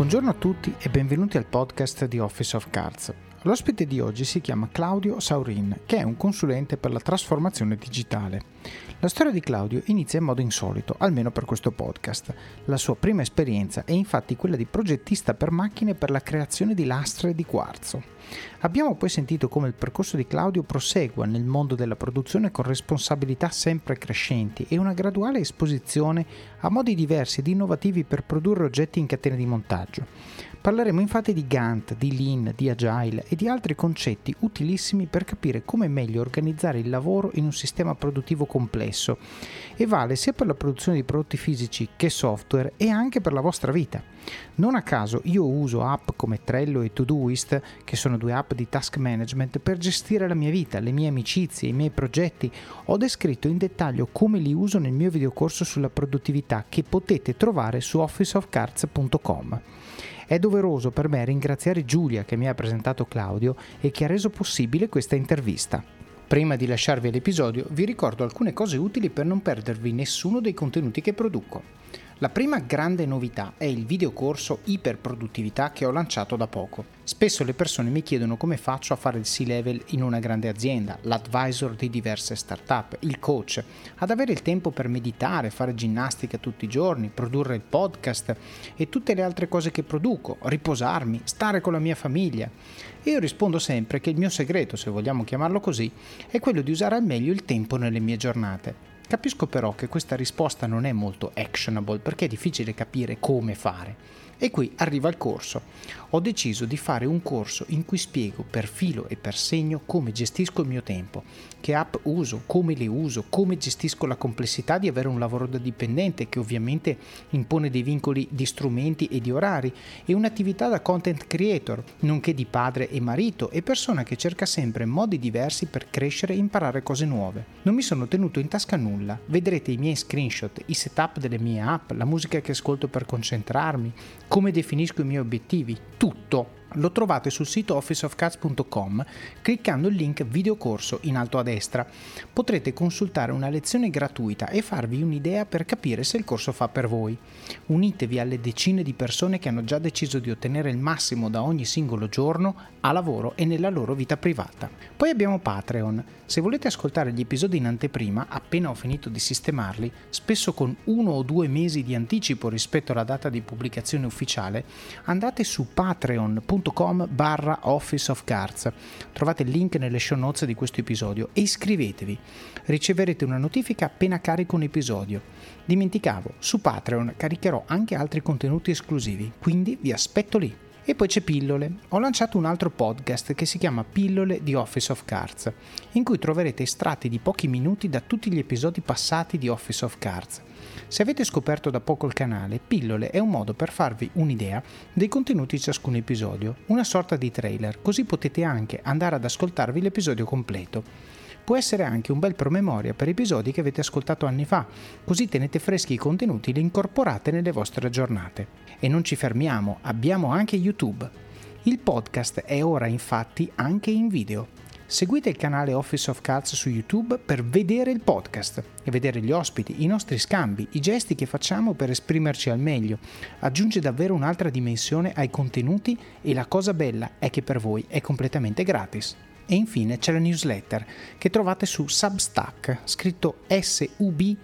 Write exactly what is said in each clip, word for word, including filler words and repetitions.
Buongiorno a tutti e benvenuti al podcast di Office of Cards. L'ospite di oggi si chiama Claudio Saurin, che è un consulente per la trasformazione digitale. La storia di Claudio inizia in modo insolito, almeno per questo podcast. La sua prima esperienza è infatti quella di progettista per macchine per la creazione di lastre di quarzo. Abbiamo poi sentito come il percorso di Claudio prosegua nel mondo della produzione con responsabilità sempre crescenti e una graduale esposizione a modi diversi ed innovativi per produrre oggetti in catene di montaggio. Parleremo infatti di Gantt, di Lean, di Agile e di altri concetti utilissimi per capire come meglio organizzare il lavoro in un sistema produttivo complesso e vale sia per la produzione di prodotti fisici che software e anche per la vostra vita. Non a caso io uso app come Trello e Todoist, che sono due app di task management, per gestire la mia vita, le mie amicizie, i miei progetti. Ho descritto in dettaglio come li uso nel mio videocorso sulla produttività che potete trovare su office of cards punto com. È doveroso per me ringraziare Giulia che mi ha presentato Claudio e che ha reso possibile questa intervista. Prima di lasciarvi all'episodio vi ricordo alcune cose utili per non perdervi nessuno dei contenuti che produco. La prima grande novità è il videocorso Iperproduttività che ho lanciato da poco. Spesso le persone mi chiedono come faccio a fare il C-level in una grande azienda, l'advisor di diverse startup, il coach, ad avere il tempo per meditare, fare ginnastica tutti i giorni, produrre il podcast e tutte le altre cose che produco, riposarmi, stare con la mia famiglia. E io rispondo sempre che il mio segreto, se vogliamo chiamarlo così, è quello di usare al meglio il tempo nelle mie giornate. Capisco però che questa risposta non è molto actionable perché è difficile capire come fare. E qui arriva il corso. Ho deciso di fare un corso in cui spiego per filo e per segno come gestisco il mio tempo, che app uso, come le uso, come gestisco la complessità di avere un lavoro da dipendente che ovviamente impone dei vincoli di strumenti e di orari e un'attività da content creator, nonché di padre e marito e persona che cerca sempre modi diversi per crescere e imparare cose nuove. Non mi sono tenuto in tasca nulla, vedrete i miei screenshot, i setup delle mie app, la musica che ascolto per concentrarmi, come definisco i miei obiettivi, tutto. Lo trovate sul sito office of cards punto com cliccando il link videocorso in alto a destra. Potrete consultare una lezione gratuita e farvi un'idea per capire se il corso fa per voi. Unitevi alle decine di persone che hanno già deciso di ottenere il massimo da ogni singolo giorno a lavoro e nella loro vita privata. Poi abbiamo Patreon. Se volete ascoltare gli episodi in anteprima, appena ho finito di sistemarli, spesso con uno o due mesi di anticipo rispetto alla data di pubblicazione ufficiale, andate su patreon punto com barra office of cards. Trovate il link nelle show notes di questo episodio e iscrivetevi. Riceverete una notifica appena carico un episodio. Dimenticavo, su Patreon caricherò anche altri contenuti esclusivi, quindi vi aspetto lì. E poi c'è Pillole. Ho lanciato un altro podcast che si chiama Pillole di Office of Cards, in cui troverete estratti di pochi minuti da tutti gli episodi passati di Office of Cards. Se avete scoperto da poco il canale, Pillole è un modo per farvi un'idea dei contenuti di ciascun episodio, una sorta di trailer, così potete anche andare ad ascoltarvi l'episodio completo. Può essere anche un bel promemoria per episodi che avete ascoltato anni fa, così tenete freschi i contenuti e li incorporate nelle vostre giornate. E non ci fermiamo, abbiamo anche YouTube. Il podcast è ora infatti anche in video. Seguite il canale Office of Cards su YouTube per vedere il podcast e vedere gli ospiti, i nostri scambi, i gesti che facciamo per esprimerci al meglio. Aggiunge davvero un'altra dimensione ai contenuti e la cosa bella è che per voi è completamente gratis. E infine c'è la newsletter che trovate su Substack, scritto S U B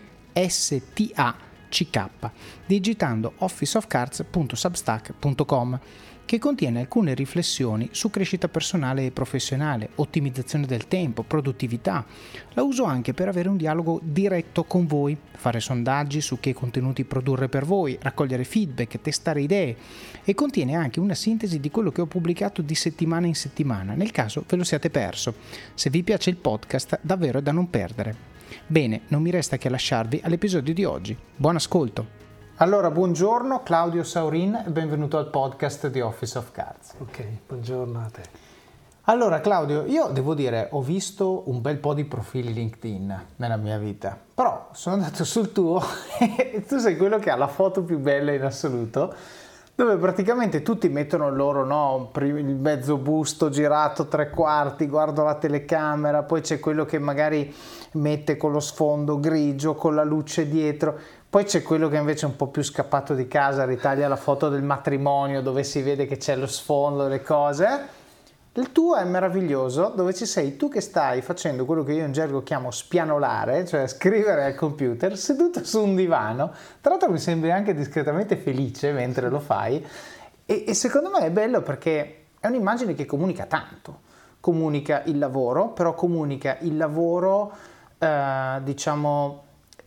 S T A C K, digitando office of cards punto substack punto com, che contiene alcune riflessioni su crescita personale e professionale, ottimizzazione del tempo, produttività. La uso anche per avere un dialogo diretto con voi, fare sondaggi su che contenuti produrre per voi, raccogliere feedback, testare idee, e contiene anche una sintesi di quello che ho pubblicato di settimana in settimana, nel caso ve lo siate perso. Se vi piace il podcast, davvero è da non perdere. Bene, non mi resta che lasciarvi all'episodio di oggi. Buon ascolto! Allora, buongiorno Claudio Saurin e benvenuto al podcast di Office of Cards. Ok, buongiorno a te. Allora Claudio, io devo dire, ho visto un bel po' di profili LinkedIn nella mia vita, però sono andato sul tuo e tu sei quello che ha la foto più bella in assoluto, dove praticamente tutti mettono il loro, no, il mezzo busto girato tre quarti, guardo la telecamera, poi c'è quello che magari mette con lo sfondo grigio, con la luce dietro. Poi c'è quello che invece è un po' più scappato di casa, ritaglia la foto del matrimonio dove si vede che c'è lo sfondo, le cose. Il tuo è meraviglioso, dove ci sei tu che stai facendo quello che io in gergo chiamo spianolare, cioè scrivere al computer, seduto su un divano. Tra l'altro mi sembri anche discretamente felice mentre lo fai. E, e secondo me è bello perché è un'immagine che comunica tanto. Comunica il lavoro, però comunica il lavoro, eh, diciamo,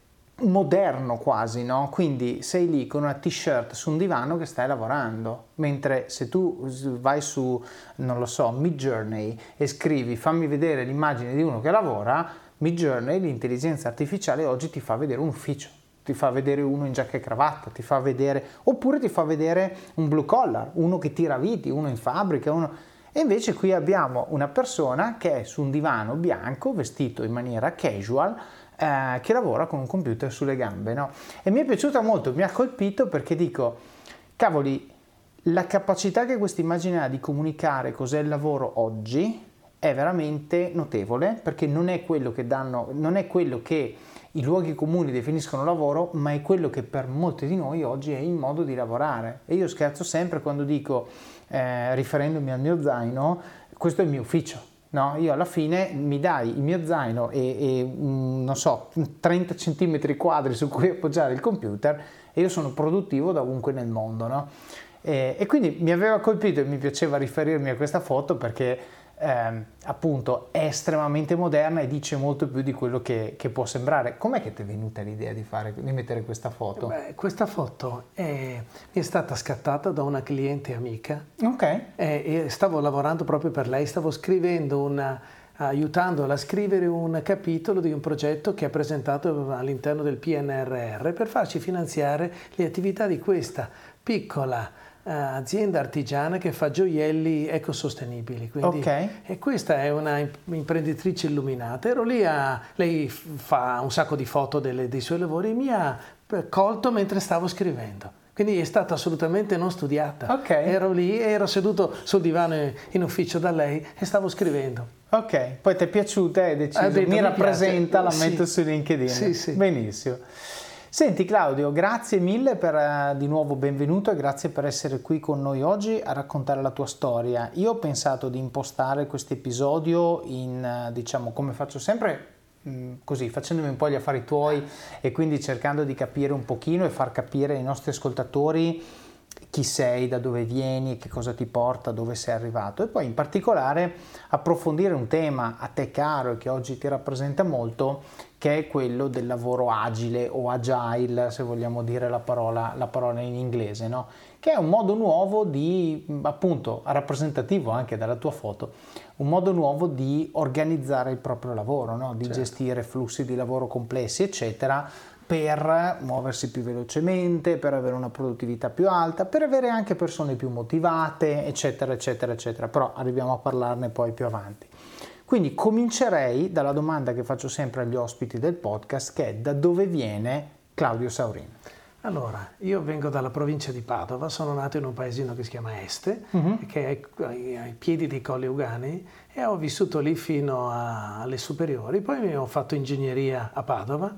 moderno quasi, no? Quindi sei lì con una t-shirt su un divano che stai lavorando, mentre se tu vai su, non lo so, Midjourney e scrivi fammi vedere l'immagine di uno che lavora, Midjourney, l'intelligenza artificiale oggi ti fa vedere un ufficio, ti fa vedere uno in giacca e cravatta, ti fa vedere, oppure ti fa vedere un blue collar, uno che tira viti, uno in fabbrica, uno... E invece qui abbiamo una persona che è su un divano bianco, vestito in maniera casual, Eh, che lavora con un computer sulle gambe, no? E mi è piaciuta molto, mi ha colpito perché dico, cavoli, la capacità che questa immagine ha di comunicare cos'è il lavoro oggi è veramente notevole, perché non è quello che danno, non è quello che i luoghi comuni definiscono lavoro, ma è quello che per molti di noi oggi è il modo di lavorare. E io scherzo sempre quando dico, eh, riferendomi al mio zaino, questo è il mio ufficio. No, io alla fine mi dai il mio zaino e, e non so, trenta centimetri quadri su cui appoggiare il computer e io sono produttivo da ovunque nel mondo, no? E, e quindi mi aveva colpito e mi piaceva riferirmi a questa foto perché eh, appunto è estremamente moderna e dice molto più di quello che, che può sembrare. Com'è che ti è venuta l'idea di, fare, di mettere questa foto? Beh, questa foto è, è stata scattata da una cliente amica. Ok. E, e stavo lavorando proprio per lei, stavo scrivendo una, aiutandola a scrivere un capitolo di un progetto che ha presentato all'interno del P N R R per farci finanziare le attività di questa piccola Uh, azienda artigiana che fa gioielli ecosostenibili. Quindi, okay. E questa è una imprenditrice illuminata. Ero lì a, lei fa un sacco di foto delle, dei suoi lavori e mi ha colto mentre stavo scrivendo. Quindi è stata assolutamente non studiata. Okay. Ero lì, ero seduto sul divano in ufficio da lei e stavo scrivendo. Ok, poi ti è piaciuta e hai deciso, detto, mi mi rappresenta, piace. la metto Sì. su LinkedIn. Sì, sì. Benissimo. Senti Claudio, grazie mille per uh, di nuovo benvenuto e grazie per essere qui con noi oggi a raccontare la tua storia. Io ho pensato di impostare questo episodio in, uh, diciamo, come faccio sempre, mh, così, facendomi un po' gli affari tuoi e quindi cercando di capire un pochino e far capire ai nostri ascoltatori chi sei, da dove vieni, che cosa ti porta, dove sei arrivato e poi in particolare approfondire un tema a te caro e che oggi ti rappresenta molto, che è quello del lavoro agile o agile, se vogliamo dire la parola, la parola in inglese, no? Che è un modo nuovo di, appunto, rappresentativo anche dalla tua foto, un modo nuovo di organizzare il proprio lavoro, no? Di certo. Gestire flussi di lavoro complessi, eccetera, per muoversi più velocemente, per avere una produttività più alta, per avere anche persone più motivate, eccetera, eccetera, eccetera. Però arriviamo a parlarne poi più avanti. Quindi comincerei dalla domanda che faccio sempre agli ospiti del podcast, che è: da dove viene Claudio Saurin? Allora, io vengo dalla provincia di Padova, sono nato in un paesino che si chiama Este, uh-huh. che è ai, ai piedi dei Colli Euganei, e ho vissuto lì fino a, alle superiori. Poi ho fatto ingegneria a Padova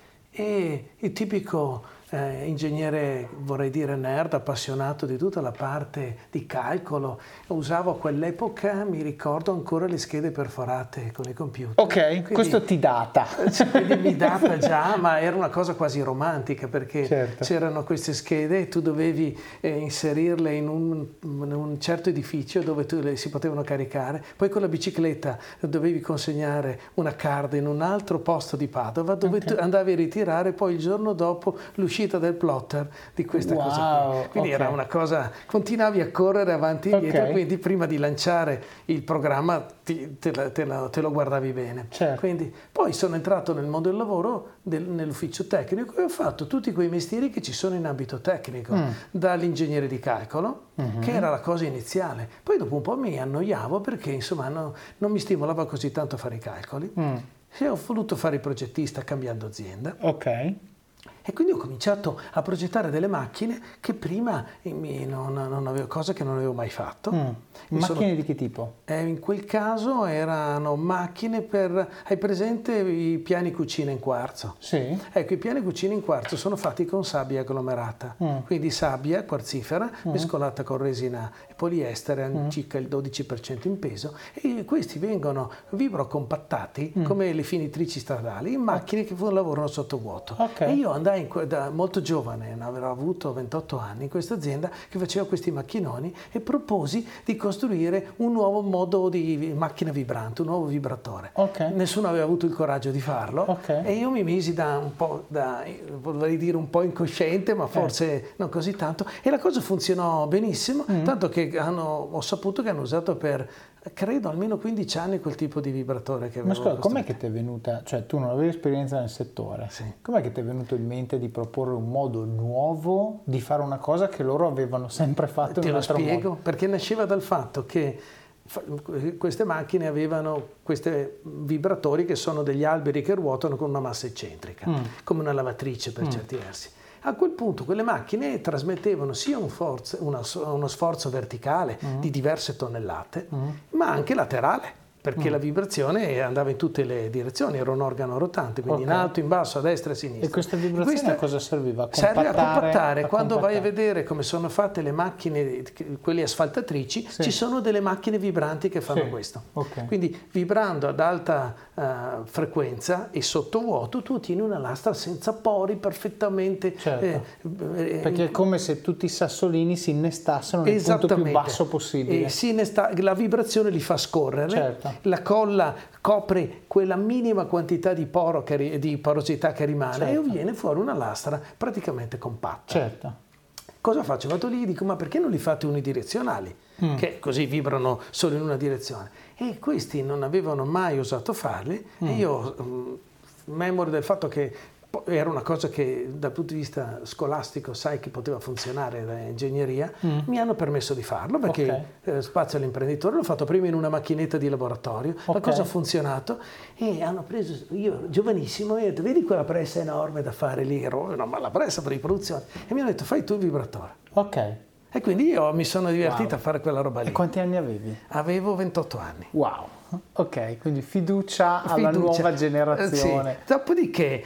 e il tipico eh, ingegnere, vorrei dire nerd, appassionato di tutta la parte di calcolo. Usavo a quell'epoca, mi ricordo ancora, le schede perforate con i computer. Ok, quindi, questo ti data. Quindi mi data già, ma era una cosa quasi romantica perché certo. c'erano queste schede e tu dovevi eh, inserirle in un, in un certo edificio dove tu le, si potevano caricare. Poi con la bicicletta dovevi consegnare una card in un altro posto di Padova dove okay. tu andavi a ritirare poi il giorno dopo l'uscita del plotter di questa wow, cosa qui. Quindi okay. era una cosa, continuavi a correre avanti e indietro, okay. quindi prima di lanciare il programma ti, te, la, te, la, te lo guardavi bene. Certo. Quindi, poi sono entrato nel mondo del lavoro, del, nell'ufficio tecnico, e ho fatto tutti quei mestieri che ci sono in ambito tecnico, mm. dall'ingegnere di calcolo, mm-hmm. che era la cosa iniziale. Poi dopo un po' mi annoiavo perché insomma no, non mi stimolava così tanto a fare i calcoli. Mm. E ho voluto fare il progettista cambiando azienda. Ok. E quindi ho cominciato a progettare delle macchine che prima non, non avevo, cose che non avevo mai fatto. Mm. Macchine sono, di che tipo? Eh, in quel caso erano macchine per... Hai presente i piani cucina in quarzo? Sì. Ecco, i piani cucina in quarzo sono fatti con sabbia agglomerata, mm. quindi sabbia quarzifera mm. mescolata con resina poliestere, mm. circa il dodici per cento in peso, e questi vengono vibrocompattati mm. come le finitrici stradali in macchine okay. che lavorano sotto vuoto. Okay. E io andai in, da molto giovane, avrò avuto ventotto anni, in questa azienda che faceva questi macchinoni e proposi di costruire un nuovo modo di macchina vibrante, un nuovo vibratore. Okay. Nessuno aveva avuto il coraggio di farlo okay. e io mi misi da un po', da, vorrei dire un po' incosciente, ma forse eh. non così tanto, e la cosa funzionò benissimo, mm. tanto che hanno, ho saputo che hanno usato per credo almeno quindici anni quel tipo di vibratore che avevo. Ma scusa, com'è che ti è venuta, cioè tu non avevi esperienza nel settore, sì. com'è che ti è venuto in mente di proporre un modo nuovo di fare una cosa che loro avevano sempre fatto in un altro modo? Te lo spiego, perché nasceva dal fatto che queste macchine avevano questi vibratori che sono degli alberi che ruotano con una massa eccentrica, mm. come una lavatrice per mm. certi versi. A quel punto quelle macchine trasmettevano sia un forzo, una, uno sforzo verticale mm. di diverse tonnellate, mm. ma anche laterale, perché mm. la vibrazione andava in tutte le direzioni, era un organo rotante, quindi okay. in alto, in basso, a destra e a sinistra. E questa vibrazione questa, a cosa serviva? A serve a compattare. A Quando compattare. vai a vedere come sono fatte le macchine, quelle asfaltatrici, sì. ci sono delle macchine vibranti che fanno sì. questo. Okay. Quindi vibrando ad alta uh, frequenza e sotto vuoto, tu ottieni una lastra senza pori, perfettamente... Certo. Eh, eh, perché è come se tutti i sassolini si innestassero nel punto più basso possibile. E si innesta, la vibrazione li fa scorrere. Certo. La colla copre quella minima quantità di, poro che, di porosità che rimane certo. e viene fuori una lastra praticamente compatta. Certo. Cosa faccio? Vado lì e dico, ma perché non li fate unidirezionali? Mm. Che così vibrano solo in una direzione. E questi non avevano mai osato farli mm. e io, um, memore del fatto che era una cosa che dal punto di vista scolastico sai che poteva funzionare da ingegneria, mm. mi hanno permesso di farlo perché okay. eh, spazio all'imprenditore, l'ho fatto prima in una macchinetta di laboratorio, okay. la cosa ha funzionato e hanno preso, io giovanissimo, mi hanno detto vedi quella pressa enorme da fare lì, ero, no, ma la pressa per riproduzione, e mi hanno detto fai tu il vibratore. Ok. E quindi io mi sono divertito wow. a fare quella roba lì. E quanti anni avevi? Avevo ventotto anni. Wow. Ok, quindi fiducia, fiducia. alla nuova generazione. Sì. Dopodiché,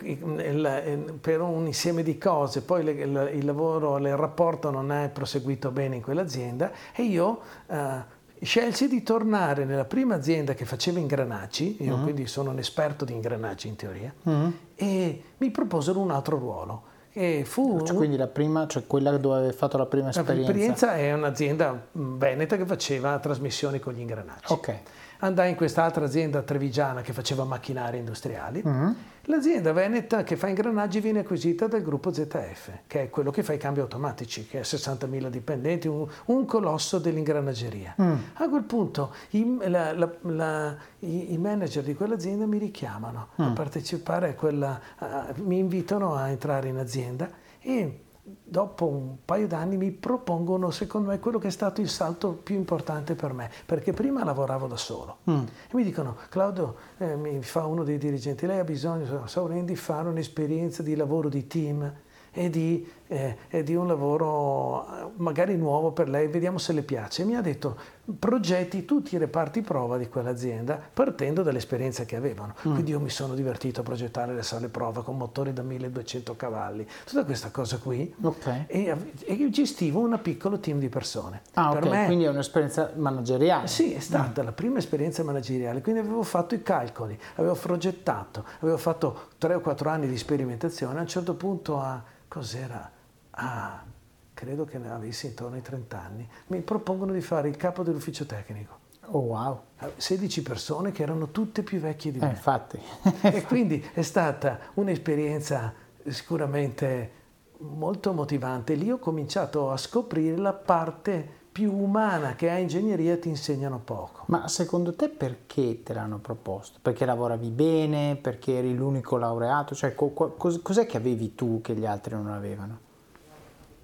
per un insieme di cose, poi il, il lavoro, il rapporto non è proseguito bene in quell'azienda e io eh, scelsi di tornare nella prima azienda che faceva ingranaggi, io uh-huh. quindi sono un esperto di ingranaggi in teoria, uh-huh. e mi proposero un altro ruolo. E fu cioè, quindi la prima, cioè quella dove avevi fatto la prima esperienza? L'esperienza è un'azienda veneta che faceva trasmissioni con gli ingranaggi. Ok. Andai in quest'altra azienda trevigiana che faceva macchinari industriali. Mm-hmm. L'azienda veneta che fa ingranaggi viene acquisita dal gruppo Z F, che è quello che fa i cambi automatici, che ha sessantamila dipendenti, un, un colosso dell'ingranaggeria. Mm. A quel punto i, la, la, la, i, i manager di quell'azienda mi richiamano mm. a partecipare a quella, a, mi invitano a entrare in azienda e dopo un paio d'anni mi propongono, secondo me, quello che è stato il salto più importante per me, perché prima lavoravo da solo. Mm. E mi dicono, Claudio, eh, mi fa uno dei dirigenti, lei ha bisogno, Saurin, di fare un'esperienza di lavoro di team e di, eh, e di un lavoro magari nuovo per lei, vediamo se le piace. E mi ha detto, progetti tutti i reparti prova di quell'azienda partendo dall'esperienza che avevano. Mm. Quindi io mi sono divertito a progettare le sale prova con motori da milleduecento cavalli, tutta questa cosa qui, okay. e, e gestivo un piccolo team di persone. Ah, per okay. me, quindi è un'esperienza manageriale. Sì, è stata mm. la prima esperienza manageriale, quindi avevo fatto i calcoli, avevo progettato, avevo fatto tre o quattro anni di sperimentazione, a un certo punto a cos'era? Ah, credo che ne avessi intorno ai trenta anni. Mi propongono di fare il capo dell'ufficio tecnico. Oh wow! sedici persone che erano tutte più vecchie di me. Eh, infatti. E quindi è stata un'esperienza sicuramente molto motivante. Lì ho cominciato a scoprire la parte più umana che a ingegneria ti insegnano poco. Ma secondo te perché te l'hanno proposto? Perché lavoravi bene? Perché eri l'unico laureato? Cioè, co- cos- cos'è che avevi tu che gli altri non avevano?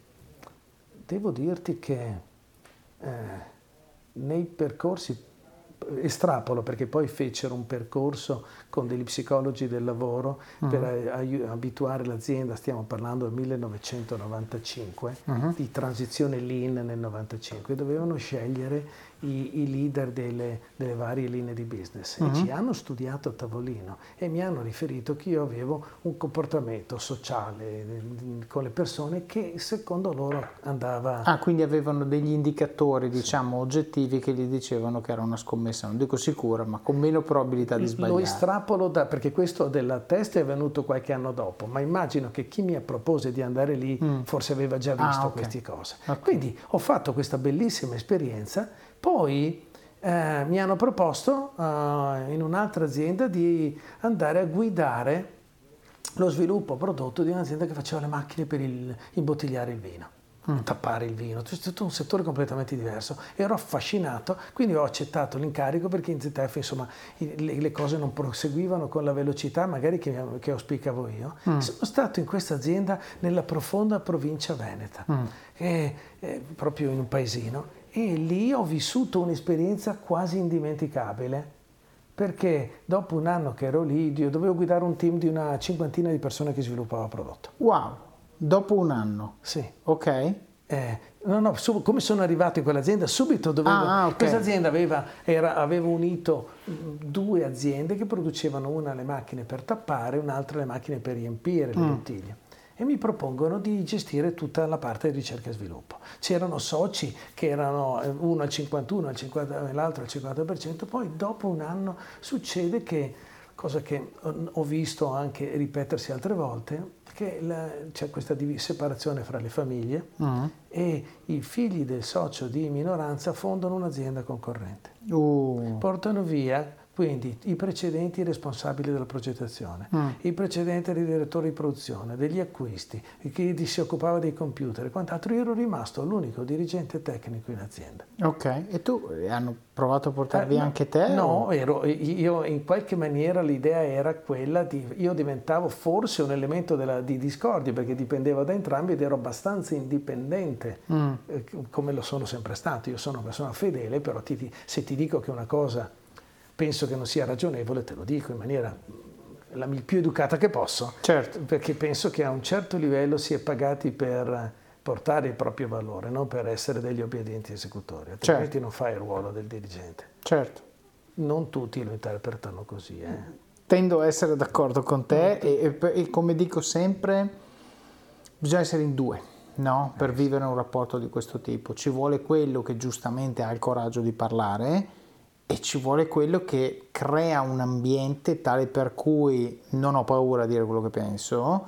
Devo dirti che eh, nei percorsi estrapolo perché poi fecero un percorso con degli psicologi del lavoro uh-huh. per ai- abituare l'azienda, stiamo parlando del millenovecentonovantacinque, uh-huh. di transizione lean nel novantacinque, dovevano scegliere i, i leader delle, delle varie linee di business uh-huh. e ci hanno studiato a tavolino e mi hanno riferito che io avevo un comportamento sociale con le persone che secondo loro andava... Ah, quindi avevano degli indicatori, diciamo, sì. oggettivi che gli dicevano che era una scommessa, non dico sicura, ma con meno probabilità di sbagliare. Lo estrapolo da, perché questo della test è venuto qualche anno dopo, ma immagino che chi mi propose di andare lì mm. forse aveva già visto ah, okay. queste cose. Okay. Quindi ho fatto questa bellissima esperienza, poi eh, mi hanno proposto uh, in un'altra azienda di andare a guidare lo sviluppo prodotto di un'azienda che faceva le macchine per il, imbottigliare il vino. Mm. tappare il vino, tutto un settore completamente diverso. Ero affascinato, quindi ho accettato l'incarico perché in Z F insomma le, le cose non proseguivano con la velocità magari che, che auspicavo io. Mm. Sono stato in questa azienda nella profonda provincia veneta, mm. che è proprio in un paesino, e lì ho vissuto un'esperienza quasi indimenticabile, perché dopo un anno che ero lì io dovevo guidare un team di una cinquantina di persone che sviluppava prodotto. Wow! Dopo un anno? Sì. Ok. Eh, no, no, su, come sono arrivato in quell'azienda, subito dovevo... Ah, okay. Questa azienda aveva, era, aveva unito due aziende che producevano una le macchine per tappare, un'altra le macchine per riempire le mm. bottiglie. E mi propongono di gestire tutta la parte di ricerca e sviluppo. C'erano soci che erano uno al cinquantuno, al cinquanta, l'altro al cinquanta per cento, poi dopo un anno succede che, cosa che ho visto anche ripetersi altre volte, che la, c'è questa div- separazione fra le famiglie uh-huh. e i figli del socio di minoranza fondano un'azienda concorrente. Uh. Portano via quindi i precedenti responsabili della progettazione, mm. i precedenti direttori di produzione, degli acquisti, chi si occupava dei computer e quant'altro. Io ero rimasto l'unico dirigente tecnico in azienda. Ok, e tu hanno provato a portarvi eh, anche te? No, o? ero, io in qualche maniera l'idea era quella di, io diventavo forse un elemento della, di discordia perché dipendevo da entrambi ed ero abbastanza indipendente, mm. eh, come lo sono sempre stato. Io sono una persona fedele, però ti, se ti dico che una cosa penso che non sia ragionevole, te lo dico in maniera la più educata che posso, certo. perché penso che a un certo livello si è pagati per portare il proprio valore, non per essere degli obbedienti esecutori, altrimenti certo. non fai il ruolo del dirigente. Certo. Non tutti lo interpretano così. Eh. Tendo a essere d'accordo con te e, e, e come dico sempre, bisogna essere in due, no? Per eh, vivere un rapporto di questo tipo. Ci vuole quello che giustamente ha il coraggio di parlare, e ci vuole quello che crea un ambiente tale per cui non ho paura a dire quello che penso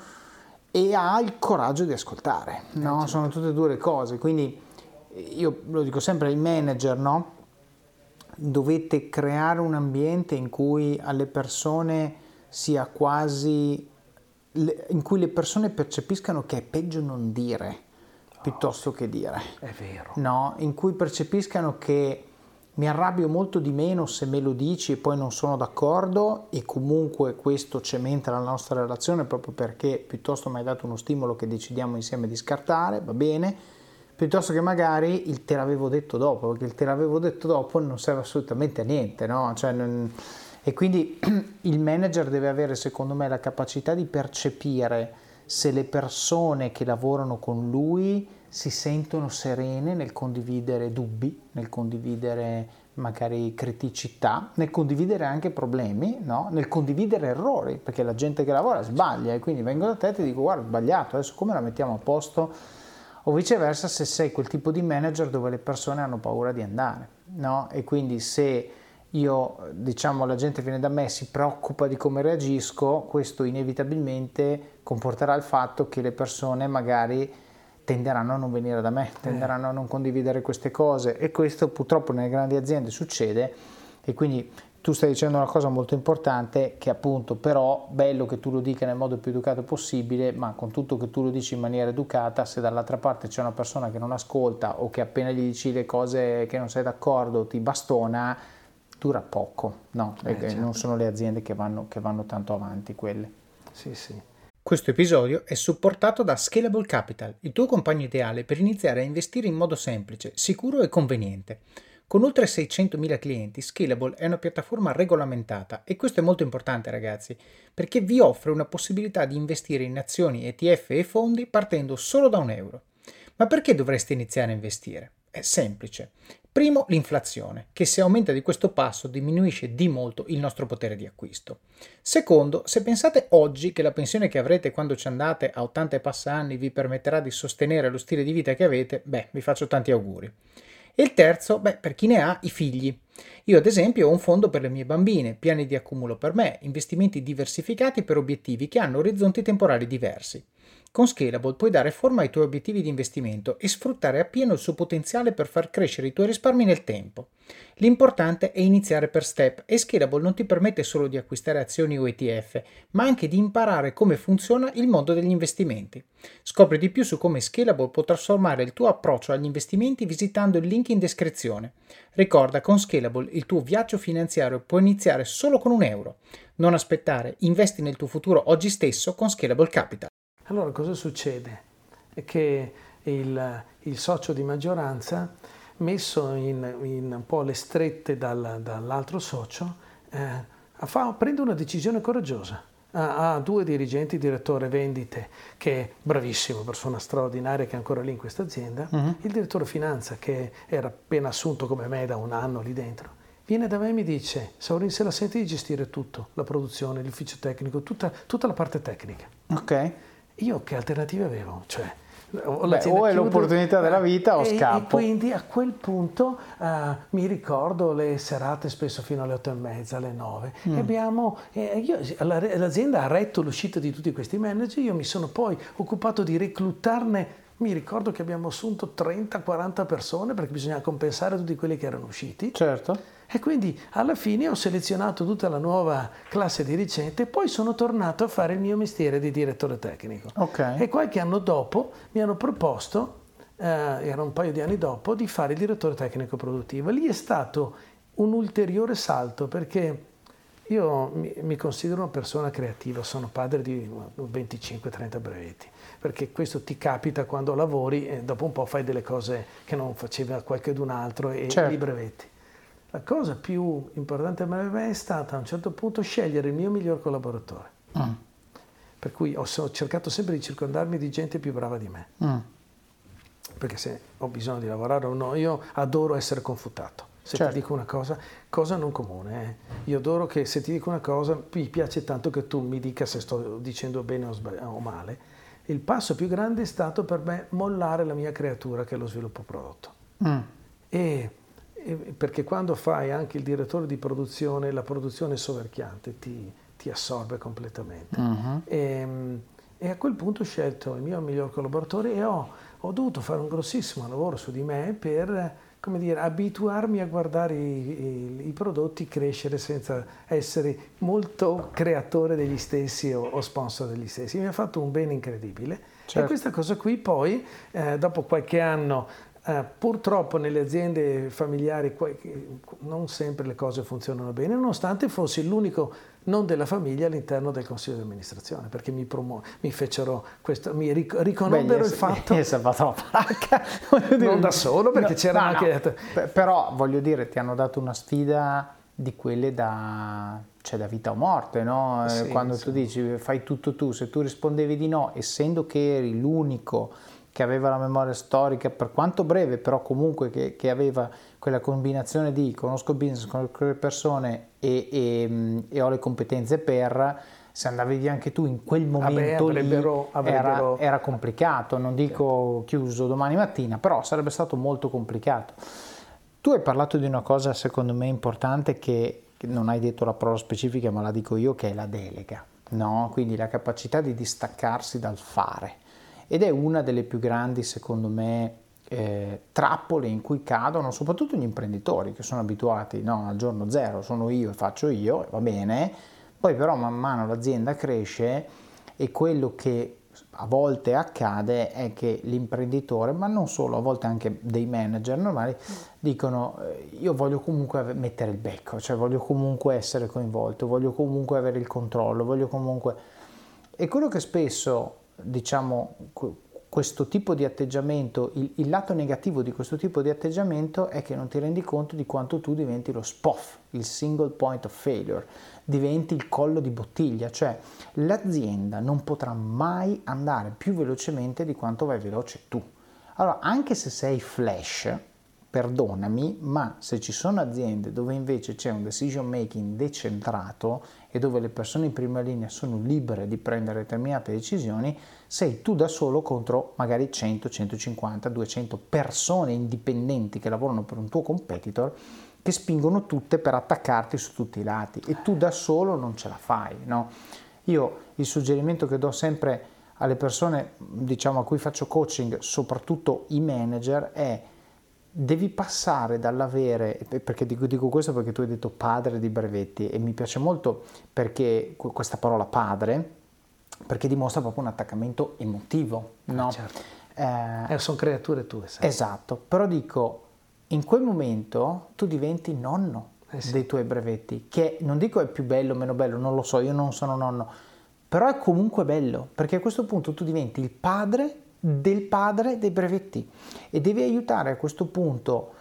e ha il coraggio di ascoltare, no? Eh, certo. Sono tutte e due le cose, quindi io lo dico sempre ai manager, no? Dovete creare un ambiente in cui alle persone sia quasi, in cui le persone percepiscano che è peggio non dire piuttosto oh, che dire. È vero. No? In cui percepiscano che mi arrabbio molto di meno se me lo dici e poi non sono d'accordo e comunque questo cementa la nostra relazione proprio perché piuttosto mi hai dato uno stimolo che decidiamo insieme di scartare, va bene, piuttosto che magari il te l'avevo detto dopo, perché il te l'avevo detto dopo non serve assolutamente a niente, no? Cioè, non... E quindi il manager deve avere secondo me la capacità di percepire se le persone che lavorano con lui si sentono serene nel condividere dubbi, nel condividere magari criticità, nel condividere anche problemi, no? Nel condividere errori, perché la gente che lavora sbaglia e quindi vengo da te e ti dico guarda ho sbagliato, adesso come la mettiamo a posto? O viceversa se sei quel tipo di manager dove le persone hanno paura di andare, no? E quindi se io, diciamo, la gente viene da me e si preoccupa di come reagisco, questo inevitabilmente comporterà il fatto che le persone magari tenderanno a non venire da me, tenderanno a non condividere queste cose e questo purtroppo nelle grandi aziende succede e quindi tu stai dicendo una cosa molto importante che appunto però bello che tu lo dica nel modo più educato possibile, ma con tutto che tu lo dici in maniera educata, se dall'altra parte c'è una persona che non ascolta o che appena gli dici le cose che non sei d'accordo ti bastona, dura poco, no? Eh, certo. Non sono le aziende che vanno, che vanno tanto avanti quelle. Sì, sì. Questo episodio è supportato da Scalable Capital, il tuo compagno ideale per iniziare a investire in modo semplice, sicuro e conveniente. Con oltre seicentomila clienti, Scalable è una piattaforma regolamentata e questo è molto importante, ragazzi, perché vi offre una possibilità di investire in azioni, E T F e fondi partendo solo da un euro. Ma perché dovreste iniziare a investire? È semplice. Primo, l'inflazione, che se aumenta di questo passo diminuisce di molto il nostro potere di acquisto. Secondo, se pensate oggi che la pensione che avrete quando ci andate a ottanta e passa anni vi permetterà di sostenere lo stile di vita che avete, beh, vi faccio tanti auguri. E il terzo, beh, per chi ne ha i figli. Io ad esempio ho un fondo per le mie bambine, piani di accumulo per me, investimenti diversificati per obiettivi che hanno orizzonti temporali diversi. Con Scalable puoi dare forma ai tuoi obiettivi di investimento e sfruttare appieno il suo potenziale per far crescere i tuoi risparmi nel tempo. L'importante è iniziare per step e Scalable non ti permette solo di acquistare azioni o E T F, ma anche di imparare come funziona il mondo degli investimenti. Scopri di più su come Scalable può trasformare il tuo approccio agli investimenti visitando il link in descrizione. Ricorda, con Scalable il tuo viaggio finanziario può iniziare solo con un euro. Non aspettare, investi nel tuo futuro oggi stesso con Scalable Capital. Allora cosa succede? È che il, il socio di maggioranza, messo in, in un po' le strette dal, dall'altro socio, eh, fa, prende una decisione coraggiosa. Ha, ha due dirigenti, direttore vendite, che è bravissimo, persona straordinaria che è ancora lì in questa azienda, uh-huh. Il direttore finanza, che era appena assunto come me da un anno lì dentro, viene da me e mi dice: Saurin, se la senti di gestire tutto, la produzione, l'ufficio tecnico, tutta, tutta la parte tecnica. Ok. Io che alternative avevo? Cioè, Beh, o è l'opportunità della vita o e, scappo. E quindi a quel punto uh, mi ricordo le serate spesso fino alle otto e mezza, alle nove. Mm. E abbiamo, eh, io, l'azienda ha retto l'uscita di tutti questi manager, io mi sono poi occupato di reclutarne. Mi ricordo che abbiamo assunto trenta quaranta persone perché bisognava compensare tutti quelli che erano usciti. Certo. E quindi alla fine ho selezionato tutta la nuova classe dirigente e poi sono tornato a fare il mio mestiere di direttore tecnico. Okay. E qualche anno dopo mi hanno proposto, eh, era un paio di anni dopo, di fare il direttore tecnico produttivo. Lì è stato un ulteriore salto perché io mi, mi considero una persona creativa, sono padre di venticinque trenta brevetti, perché questo ti capita quando lavori e dopo un po' fai delle cose che non faceva qualcun altro e certo. I brevetti. La cosa più importante per me è stata a un certo punto scegliere il mio miglior collaboratore. Mm. Per cui ho cercato sempre di circondarmi di gente più brava di me. Mm. Perché se ho bisogno di lavorare o no, io adoro essere confutato. Se certo. Ti dico una cosa, cosa non comune. Eh. Io adoro che se ti dico una cosa, mi piace tanto che tu mi dica se sto dicendo bene o, sbagli- o male. Il passo più grande è stato per me mollare la mia creatura che è lo sviluppo prodotto. Mm. E perché quando fai anche il direttore di produzione, la produzione soverchiante ti, ti assorbe completamente. Uh-huh. E, e a quel punto ho scelto il mio miglior collaboratore e ho, ho dovuto fare un grossissimo lavoro su di me per, come dire, abituarmi a guardare i, i, i prodotti crescere senza essere molto creatore degli stessi o, o sponsor degli stessi. Mi ha fatto un bene incredibile. Certo. E questa cosa qui poi, eh, dopo qualche anno, Uh, purtroppo nelle aziende familiari non sempre le cose funzionano bene, nonostante fossi l'unico non della famiglia all'interno del consiglio di amministrazione, perché mi, promu- mi fecero questo, mi ric- riconobbero Beh, il fatto. È salvato la baracca. Non da solo, perché no, c'era no, anche. No. Però voglio dire, ti hanno dato una sfida di quelle da, cioè da vita o morte, no? Sì, quando sì. Tu dici fai tutto tu, se tu rispondevi di no, essendo che eri l'unico che aveva la memoria storica, per quanto breve, però comunque che, che aveva quella combinazione di conosco il business, conosco le persone e, e, e ho le competenze per, se andavi via anche tu in quel momento Vabbè, avrebbero, lì avrebbero... Era, era complicato, non dico chiuso domani mattina, però sarebbe stato molto complicato. Tu hai parlato di una cosa secondo me importante che, che non hai detto la parola specifica, ma la dico io, che è la delega, no? Quindi la capacità di distaccarsi dal fare. Ed è una delle più grandi, secondo me, eh, trappole in cui cadono soprattutto gli imprenditori che sono abituati, no, al giorno zero, sono io e faccio io, va bene, poi però man mano l'azienda cresce e quello che a volte accade è che l'imprenditore, ma non solo, a volte anche dei manager normali, dicono eh, io voglio comunque mettere il becco, cioè voglio comunque essere coinvolto, voglio comunque avere il controllo, voglio comunque... E quello che spesso... diciamo questo tipo di atteggiamento, il, il lato negativo di questo tipo di atteggiamento è che non ti rendi conto di quanto tu diventi lo S P O F, il single point of failure, diventi il collo di bottiglia, cioè l'azienda non potrà mai andare più velocemente di quanto vai veloce tu. Allora, anche se sei flash, perdonami, ma se ci sono aziende dove invece c'è un decision making decentrato e dove le persone in prima linea sono libere di prendere determinate decisioni, sei tu da solo contro magari cento, centocinquanta, duecento persone indipendenti che lavorano per un tuo competitor che spingono tutte per attaccarti su tutti i lati e tu da solo non ce la fai, no? Io il suggerimento che do sempre alle persone, diciamo, a cui faccio coaching, soprattutto i manager, è: devi passare dall'avere, perché dico, dico questo perché tu hai detto padre di brevetti e mi piace molto perché questa parola padre, perché dimostra proprio un attaccamento emotivo, no? Eh, certo. eh, eh, sono creature tue, sai. Esatto, però dico, in quel momento tu diventi nonno eh sì. dei tuoi brevetti, che non dico è più bello o meno bello, non lo so, io non sono nonno, però è comunque bello, perché a questo punto tu diventi il padre del padre dei brevetti e devi aiutare a questo punto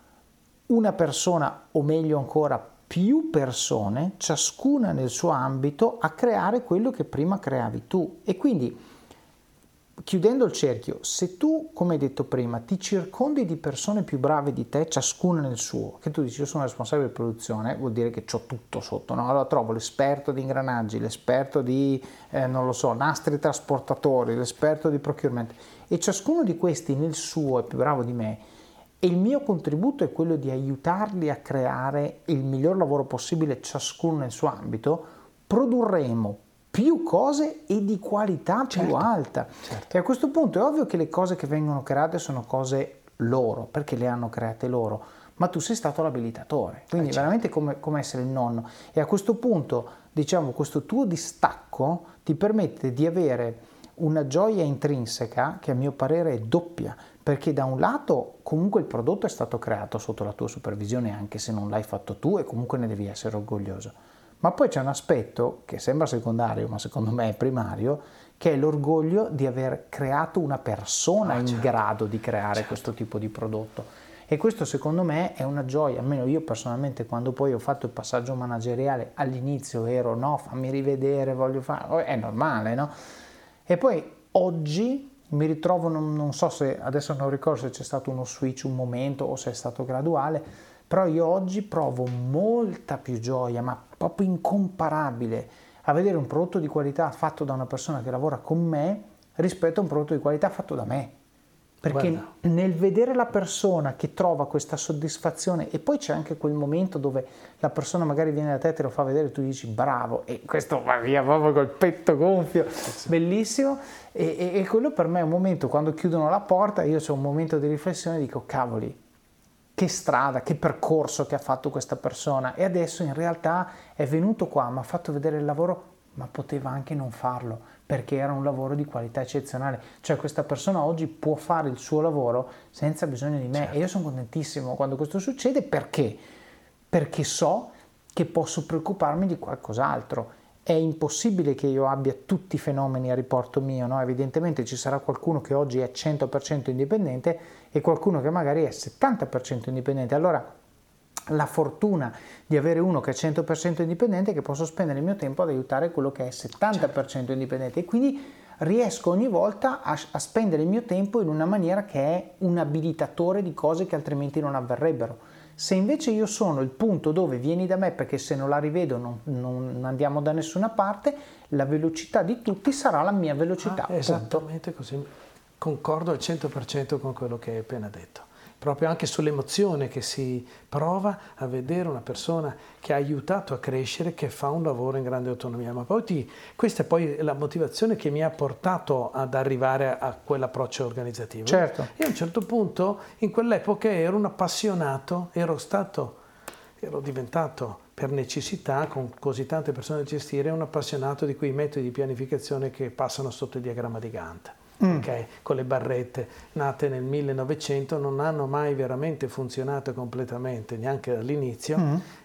una persona, o meglio ancora più persone, ciascuna nel suo ambito, a creare quello che prima creavi tu. E quindi, chiudendo il cerchio, se tu, come hai detto prima, ti circondi di persone più brave di te, ciascuna nel suo, che tu dici io sono responsabile di produzione, vuol dire che c'ho tutto sotto, no? Allora trovo l'esperto di ingranaggi, l'esperto di, eh, non lo so, nastri trasportatori, l'esperto di procurement, e ciascuno di questi nel suo è più bravo di me, e il mio contributo è quello di aiutarli a creare il miglior lavoro possibile, ciascuno nel suo ambito, produrremo più cose e di qualità più certo, alta. Certo. E a questo punto è ovvio che le cose che vengono create sono cose loro, perché le hanno create loro, ma tu sei stato l'abilitatore, quindi eh certo. veramente come, come essere il nonno. E a questo punto, diciamo, questo tuo distacco ti permette di avere una gioia intrinseca che a mio parere è doppia, perché da un lato comunque il prodotto è stato creato sotto la tua supervisione, anche se non l'hai fatto tu, e comunque ne devi essere orgoglioso. Ma poi c'è un aspetto che sembra secondario, ma secondo me è primario, che è l'orgoglio di aver creato una persona ah, in certo. grado di creare certo. questo tipo di prodotto. E questo secondo me è una gioia, almeno io personalmente quando poi ho fatto il passaggio manageriale, all'inizio ero no, fammi rivedere, voglio fare, è normale, no? E poi oggi mi ritrovo, non, non so se, adesso non ricordo se c'è stato uno switch, un momento o se è stato graduale, però io oggi provo molta più gioia, ma proprio incomparabile, a vedere un prodotto di qualità fatto da una persona che lavora con me rispetto a un prodotto di qualità fatto da me. Perché Guarda. nel vedere la persona che trova questa soddisfazione, e poi c'è anche quel momento dove la persona magari viene da te e te lo fa vedere e tu dici bravo, e questo va via proprio col petto gonfio, sì. bellissimo, e, e, e quello per me è un momento, quando chiudono la porta, io c'ho un momento di riflessione e dico cavoli, che strada, che percorso che ha fatto questa persona, e adesso in realtà è venuto qua, mi ha fatto vedere il lavoro, ma poteva anche non farlo, perché era un lavoro di qualità eccezionale, cioè questa persona oggi può fare il suo lavoro senza bisogno di me, certo. e io sono contentissimo quando questo succede, perché? Perché so che posso preoccuparmi di qualcos'altro. È impossibile che io abbia tutti i fenomeni a riporto mio, no? Evidentemente ci sarà qualcuno che oggi è cento per cento indipendente e qualcuno che magari è settanta per cento indipendente. Allora, la fortuna di avere uno che è cento per cento indipendente è che posso spendere il mio tempo ad aiutare quello che è settanta per cento indipendente, e quindi riesco ogni volta a, a spendere il mio tempo in una maniera che è un abilitatore di cose che altrimenti non avverrebbero. Se invece io sono il punto dove vieni da me perché se non la rivedo non, non andiamo da nessuna parte, la velocità di tutti sarà la mia velocità. Ah, esattamente così, concordo al cento per cento con quello che hai appena detto. Proprio anche sull'emozione che si prova a vedere una persona che ha aiutato a crescere, che fa un lavoro in grande autonomia. Ma poi ti, questa è poi la motivazione che mi ha portato ad arrivare a quell'approccio organizzativo. Certo. E a un certo punto, in quell'epoca, ero un appassionato, ero stato, ero diventato per necessità, con così tante persone da gestire, un appassionato di quei metodi di pianificazione che passano sotto il diagramma di Gantt. Mm. Okay, con le barrette nate nel millenovecento, non hanno mai veramente funzionato completamente, neanche all'inizio, mm.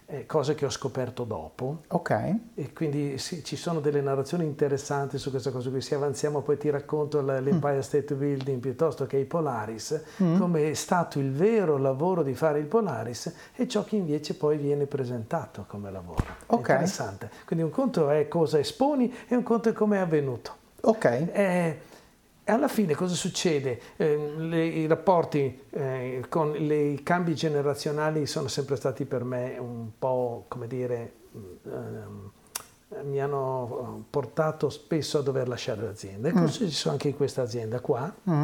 eh, cose che ho scoperto dopo. Ok. E quindi sì, ci sono delle narrazioni interessanti su questa cosa qui. Se avanziamo poi ti racconto l'Empire mm. State Building piuttosto che i Polaris, mm. come è stato il vero lavoro di fare il Polaris e ciò che invece poi viene presentato come lavoro. Ok. Interessante. Quindi un conto è cosa esponi e un conto è come è avvenuto. Ok. Eh, alla fine cosa succede? Eh, le, I rapporti eh, con le, i cambi generazionali sono sempre stati per me un po', come dire, eh, mi hanno portato spesso a dover lasciare l'azienda. E mm. così ci sono anche in questa azienda qua. Mm.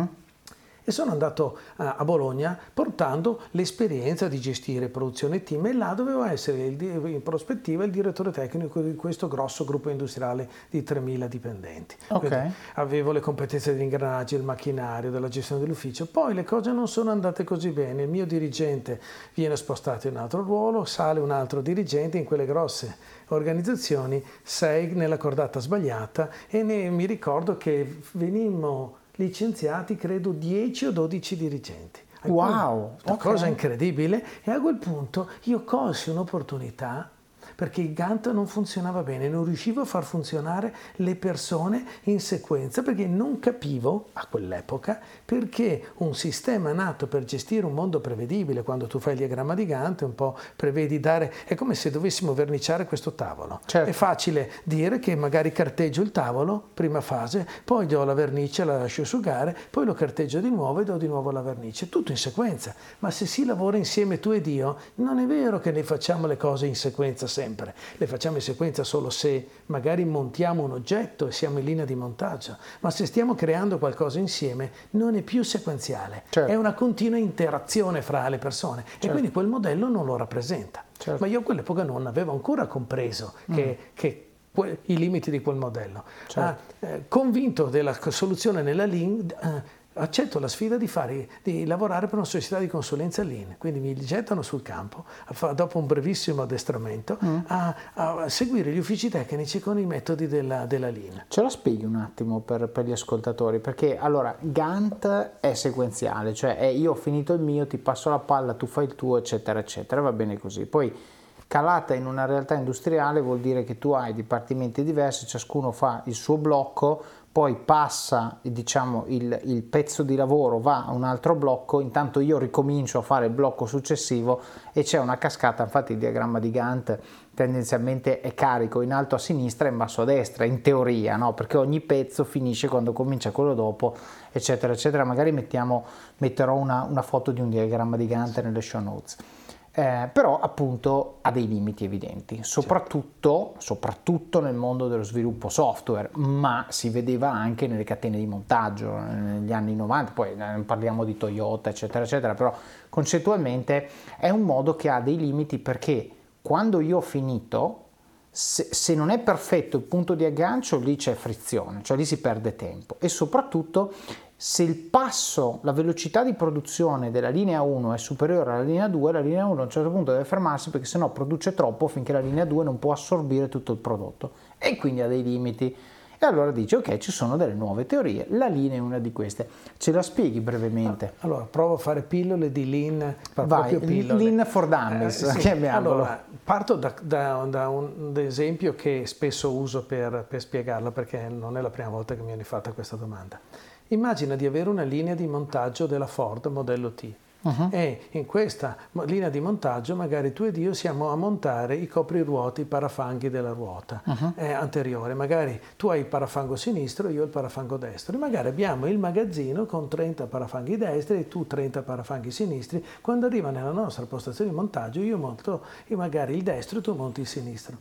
E sono andato a, a Bologna portando l'esperienza di gestire produzione team e là dovevo essere il, in prospettiva il direttore tecnico di questo grosso gruppo industriale di tremila dipendenti. Okay. Avevo le competenze degli ingranaggi, del macchinario, della gestione dell'ufficio. Poi le cose non sono andate così bene. Il mio dirigente viene spostato in un altro ruolo, sale un altro dirigente. In quelle grosse organizzazioni sei nella cordata sbagliata e ne, mi ricordo che venimmo licenziati credo dieci o dodici dirigenti. Wow! Una okay. cosa incredibile, e a quel punto io colsi un'opportunità perché il Gantt non funzionava bene, non riuscivo a far funzionare le persone in sequenza perché non capivo a quell'epoca perché un sistema nato per gestire un mondo prevedibile, quando tu fai il diagramma di Gantt un po' prevedi dare, è come se dovessimo verniciare questo tavolo. Certo. È facile dire che magari carteggio il tavolo, prima fase, poi do la vernice, la lascio asciugare, poi lo carteggio di nuovo e do di nuovo la vernice, tutto in sequenza. Ma se si lavora insieme tu ed io, non è vero che ne facciamo le cose in sequenza sempre. Sempre. Le facciamo in sequenza solo se magari montiamo un oggetto e siamo in linea di montaggio, ma se stiamo creando qualcosa insieme non è più sequenziale, certo. È una continua interazione fra le persone, certo. E quindi quel modello non lo rappresenta. Certo. Ma io a quell'epoca non avevo ancora compreso mm. che, che que- i limiti di quel modello. Certo. Ah, eh, convinto della soluzione nella Lean, eh, accetto la sfida di, fare, di lavorare per una società di consulenza Lean, quindi mi gettano sul campo, a, dopo un brevissimo addestramento, mm. a, a seguire gli uffici tecnici con i metodi della, della Lean. Ce la spieghi un attimo per, per gli ascoltatori? Perché allora Gantt è sequenziale, cioè è io ho finito il mio, ti passo la palla, tu fai il tuo, eccetera, eccetera, va bene così. Poi calata in una realtà industriale vuol dire che tu hai dipartimenti diversi, ciascuno fa il suo blocco, poi passa, diciamo, il, il pezzo di lavoro, va a un altro blocco, intanto io ricomincio a fare il blocco successivo e c'è una cascata. Infatti il diagramma di Gantt tendenzialmente è carico in alto a sinistra e in basso a destra, in teoria, no? Perché ogni pezzo finisce quando comincia quello dopo, eccetera, eccetera. Magari mettiamo, metterò una, una foto di un diagramma di Gantt nelle show notes. Eh, però appunto ha dei limiti evidenti, soprattutto, soprattutto nel mondo dello sviluppo software, ma si vedeva anche nelle catene di montaggio negli anni novanta, poi parliamo di Toyota eccetera eccetera, però concettualmente è un modo che ha dei limiti perché quando io ho finito, se, se non è perfetto il punto di aggancio lì c'è frizione, cioè lì si perde tempo e soprattutto se il passo, la velocità di produzione della linea uno è superiore alla linea due, la linea uno a un certo punto deve fermarsi perché sennò produce troppo finché la linea due non può assorbire tutto il prodotto e quindi ha dei limiti. E allora dice ok, ci sono delle nuove teorie, la Lean è una di queste. Ce la spieghi brevemente? Allora, provo a fare pillole di Lean, vai, Lean for Dummies, eh, sì. Allora, parto da, da, da un esempio che spesso uso per, per spiegarlo perché non è la prima volta che mi viene fatta questa domanda. Immagina di avere una linea di montaggio della Ford modello T. Uh-huh. E in questa linea di montaggio magari tu ed io siamo a montare i copriruote, i parafanghi della ruota uh-huh. eh, anteriore. Magari tu hai il parafango sinistro, io il parafango destro. E magari abbiamo il magazzino con trenta parafanghi destri e tu trenta parafanghi sinistri. Quando arriva nella nostra postazione di montaggio io monto magari il destro e tu monti il sinistro.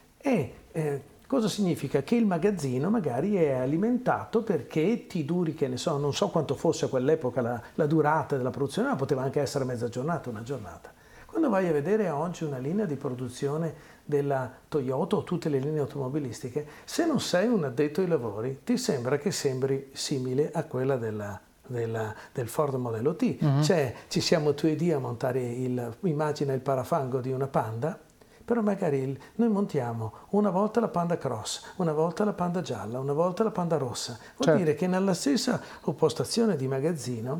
E eh, cosa significa? Che il magazzino magari è alimentato perché ti duri, che ne so, non so quanto fosse a quell'epoca la, la durata della produzione, ma poteva anche essere mezza giornata, una giornata. Quando vai a vedere oggi una linea di produzione della Toyota o tutte le linee automobilistiche, se non sei un addetto ai lavori, ti sembra che sembri simile a quella della, della, del Ford modello T. Uh-huh. Cioè, ci siamo tu ed io a montare, il, immagina il parafango di una Panda, però magari il, noi montiamo una volta la Panda Cross, una volta la Panda gialla, una volta la Panda rossa. Vuol certo. dire che nella stessa postazione di magazzino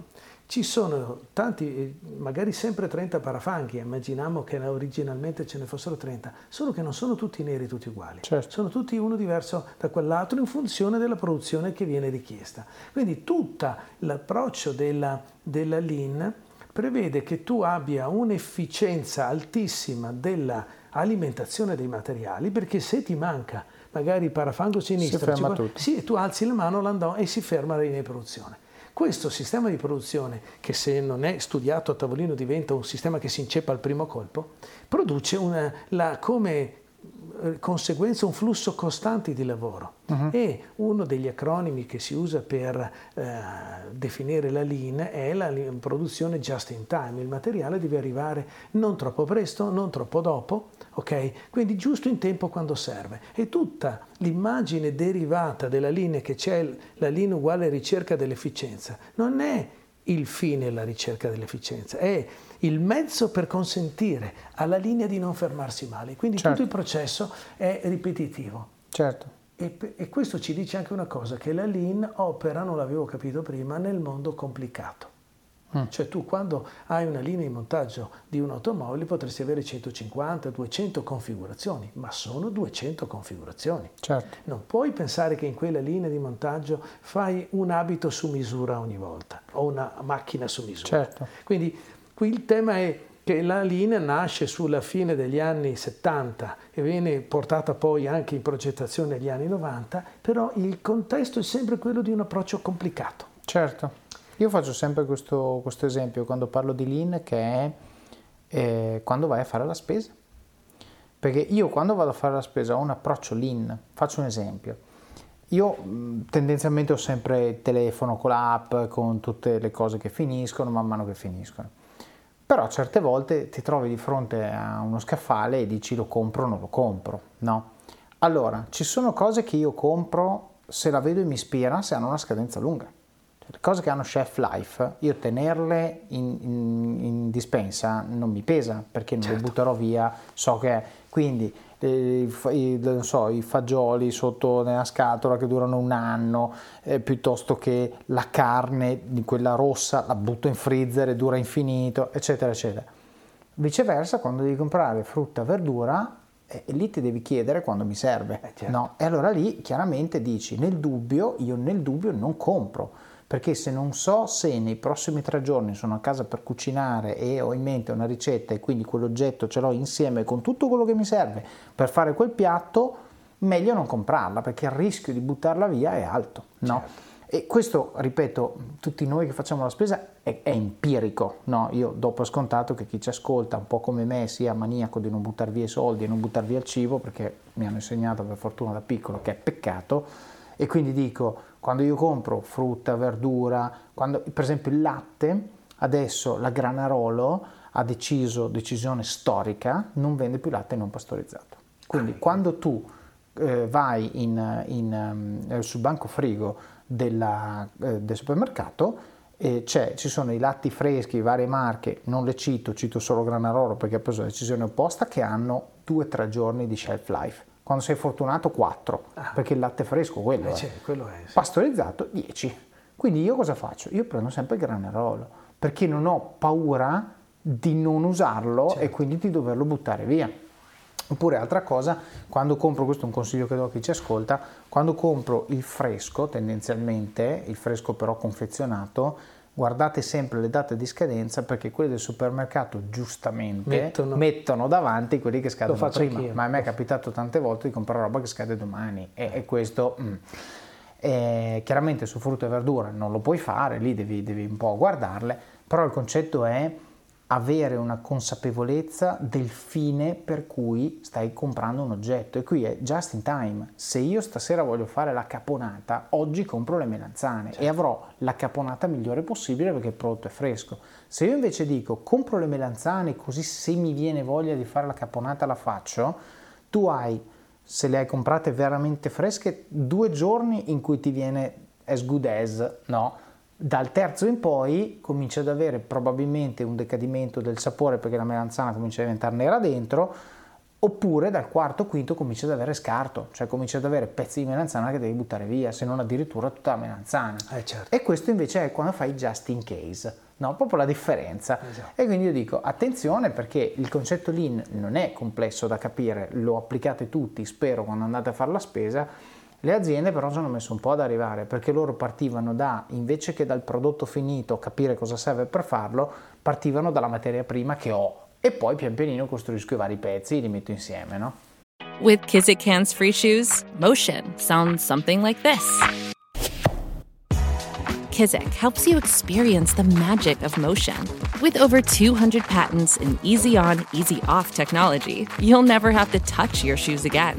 ci sono tanti, magari sempre trenta parafanghi, immaginiamo che originalmente ce ne fossero trenta, solo che non sono tutti neri, tutti uguali, certo. sono tutti uno diverso da quell'altro in funzione della produzione che viene richiesta. Quindi tutto l'approccio della, della Lean prevede che tu abbia un'efficienza altissima dell'alimentazione dei materiali, perché se ti manca magari il parafango sinistro, si ferma tutto. Sì, tu alzi la mano l'andò e si ferma la linea di produzione. Questo sistema di produzione, che se non è studiato a tavolino diventa un sistema che si inceppa al primo colpo, produce una, la, come conseguenza un flusso costante di lavoro. Uh-huh. E uno degli acronimi che si usa per eh, definire la Lean è la produzione just in time. Il materiale deve arrivare non troppo presto, non troppo dopo, ok? Quindi giusto in tempo quando serve. E tutta l'immagine derivata della Lean, che c'è la Lean uguale ricerca dell'efficienza, non è il fine la ricerca dell'efficienza, è il mezzo per consentire alla linea di non fermarsi male. Quindi certo. Tutto il processo è ripetitivo. Certo. E, e questo ci dice anche una cosa, che la Lean opera, non l'avevo capito prima, nel mondo complicato. Mm. Cioè tu quando hai una linea di montaggio di un'automobile potresti avere centocinquanta, duecento configurazioni, ma sono duecento configurazioni. Certo. Non puoi pensare che in quella linea di montaggio fai un abito su misura ogni volta o una macchina su misura. Certo. Quindi qui il tema è che la Lean nasce sulla fine degli anni settanta e viene portata poi anche in progettazione negli anni novanta, però il contesto è sempre quello di un approccio complicato. Certo. Io faccio sempre questo, questo esempio quando parlo di Lean, che è eh, quando vai a fare la spesa. Perché io quando vado a fare la spesa ho un approccio Lean. Faccio un esempio. Io mh, tendenzialmente ho sempre il telefono con l'app, con tutte le cose che finiscono, man mano che finiscono. Però certe volte ti trovi di fronte a uno scaffale e dici lo compro o non lo compro, no? Allora, ci sono cose che io compro se la vedo e mi ispira, se hanno una scadenza lunga. Le cose che hanno shelf life, io tenerle in, in, in dispensa non mi pesa, perché non certo. Le butterò via, so che è. Quindi eh, i, non so, i fagioli sotto nella scatola che durano un anno, eh, piuttosto che la carne di quella rossa la butto in freezer e dura infinito, eccetera, eccetera. Viceversa, quando devi comprare frutta e verdura, eh, lì ti devi chiedere quando mi serve, eh, certo. No? E allora lì chiaramente dici, nel dubbio, io nel dubbio non compro. Perché se non so se nei prossimi tre giorni sono a casa per cucinare e ho in mente una ricetta e quindi quell'oggetto ce l'ho insieme con tutto quello che mi serve per fare quel piatto, meglio non comprarla, perché il rischio di buttarla via è alto, no? Certo. E questo, ripeto, tutti noi che facciamo la spesa è, è empirico, no? Io do per scontato che chi ci ascolta, un po' come me, sia maniaco di non buttare via i soldi e non buttare via il cibo, perché mi hanno insegnato per fortuna da piccolo che è peccato. E quindi dico, quando io compro frutta, verdura, quando, per esempio il latte, adesso la Granarolo ha deciso, decisione storica, non vende più latte non pastorizzato. Quindi ah, quando tu eh, vai in, in, um, sul banco frigo della, eh, del supermercato, eh, c'è, ci sono i latti freschi, varie marche, non le cito, cito solo Granarolo perché ha preso la decisione opposta, che hanno due o tre giorni di shelf life. Quando sei fortunato quattro, ah. perché il latte fresco quello, eh, è. Cioè, quello è sì. Pastorizzato dieci. Quindi io cosa faccio? Io prendo sempre il Granarolo, perché non ho paura di non usarlo, certo. E quindi di doverlo buttare via. Oppure altra cosa, quando compro, questo è un consiglio che do a chi ci ascolta, quando compro il fresco, tendenzialmente, il fresco però confezionato, guardate sempre le date di scadenza, perché quelli del supermercato giustamente mettono, mettono davanti quelli che scadono prima. Anch'io. Ma a me è capitato tante volte di comprare roba che scade domani e, e questo mm. e chiaramente su frutta e verdura non lo puoi fare, lì devi, devi un po' guardarle, però il concetto è avere una consapevolezza del fine per cui stai comprando un oggetto, e qui è just in time. Se io stasera voglio fare la caponata, oggi compro le melanzane, certo. E avrò la caponata migliore possibile perché il prodotto è fresco. Se io invece dico compro le melanzane così se mi viene voglia di fare la caponata la faccio, tu hai, se le hai comprate veramente fresche, due giorni in cui ti viene as good as, no? Dal terzo in poi comincia ad avere probabilmente un decadimento del sapore, perché la melanzana comincia a diventare nera dentro, Oppure dal quarto o quinto cominci ad avere scarto, cioè cominci ad avere pezzi di melanzana che devi buttare via, se non addirittura tutta la melanzana. Eh, certo. E questo invece è quando fai just in case, no? Proprio la differenza. Esatto. E quindi io dico attenzione, perché il concetto lean non è complesso da capire, lo applicate tutti, spero, quando andate a fare la spesa. Le aziende però ci hanno messo un po' ad arrivare, perché loro partivano da, invece che dal prodotto finito capire cosa serve per farlo, partivano dalla materia prima che ho. E poi pian pianino costruisco i vari pezzi e li metto insieme, no? With Kizik hands-free shoes, motion sounds something like this. Kizik helps you experience the magic of motion. With over two hundred patents and easy-on, easy-off technology, you'll never have to touch your shoes again.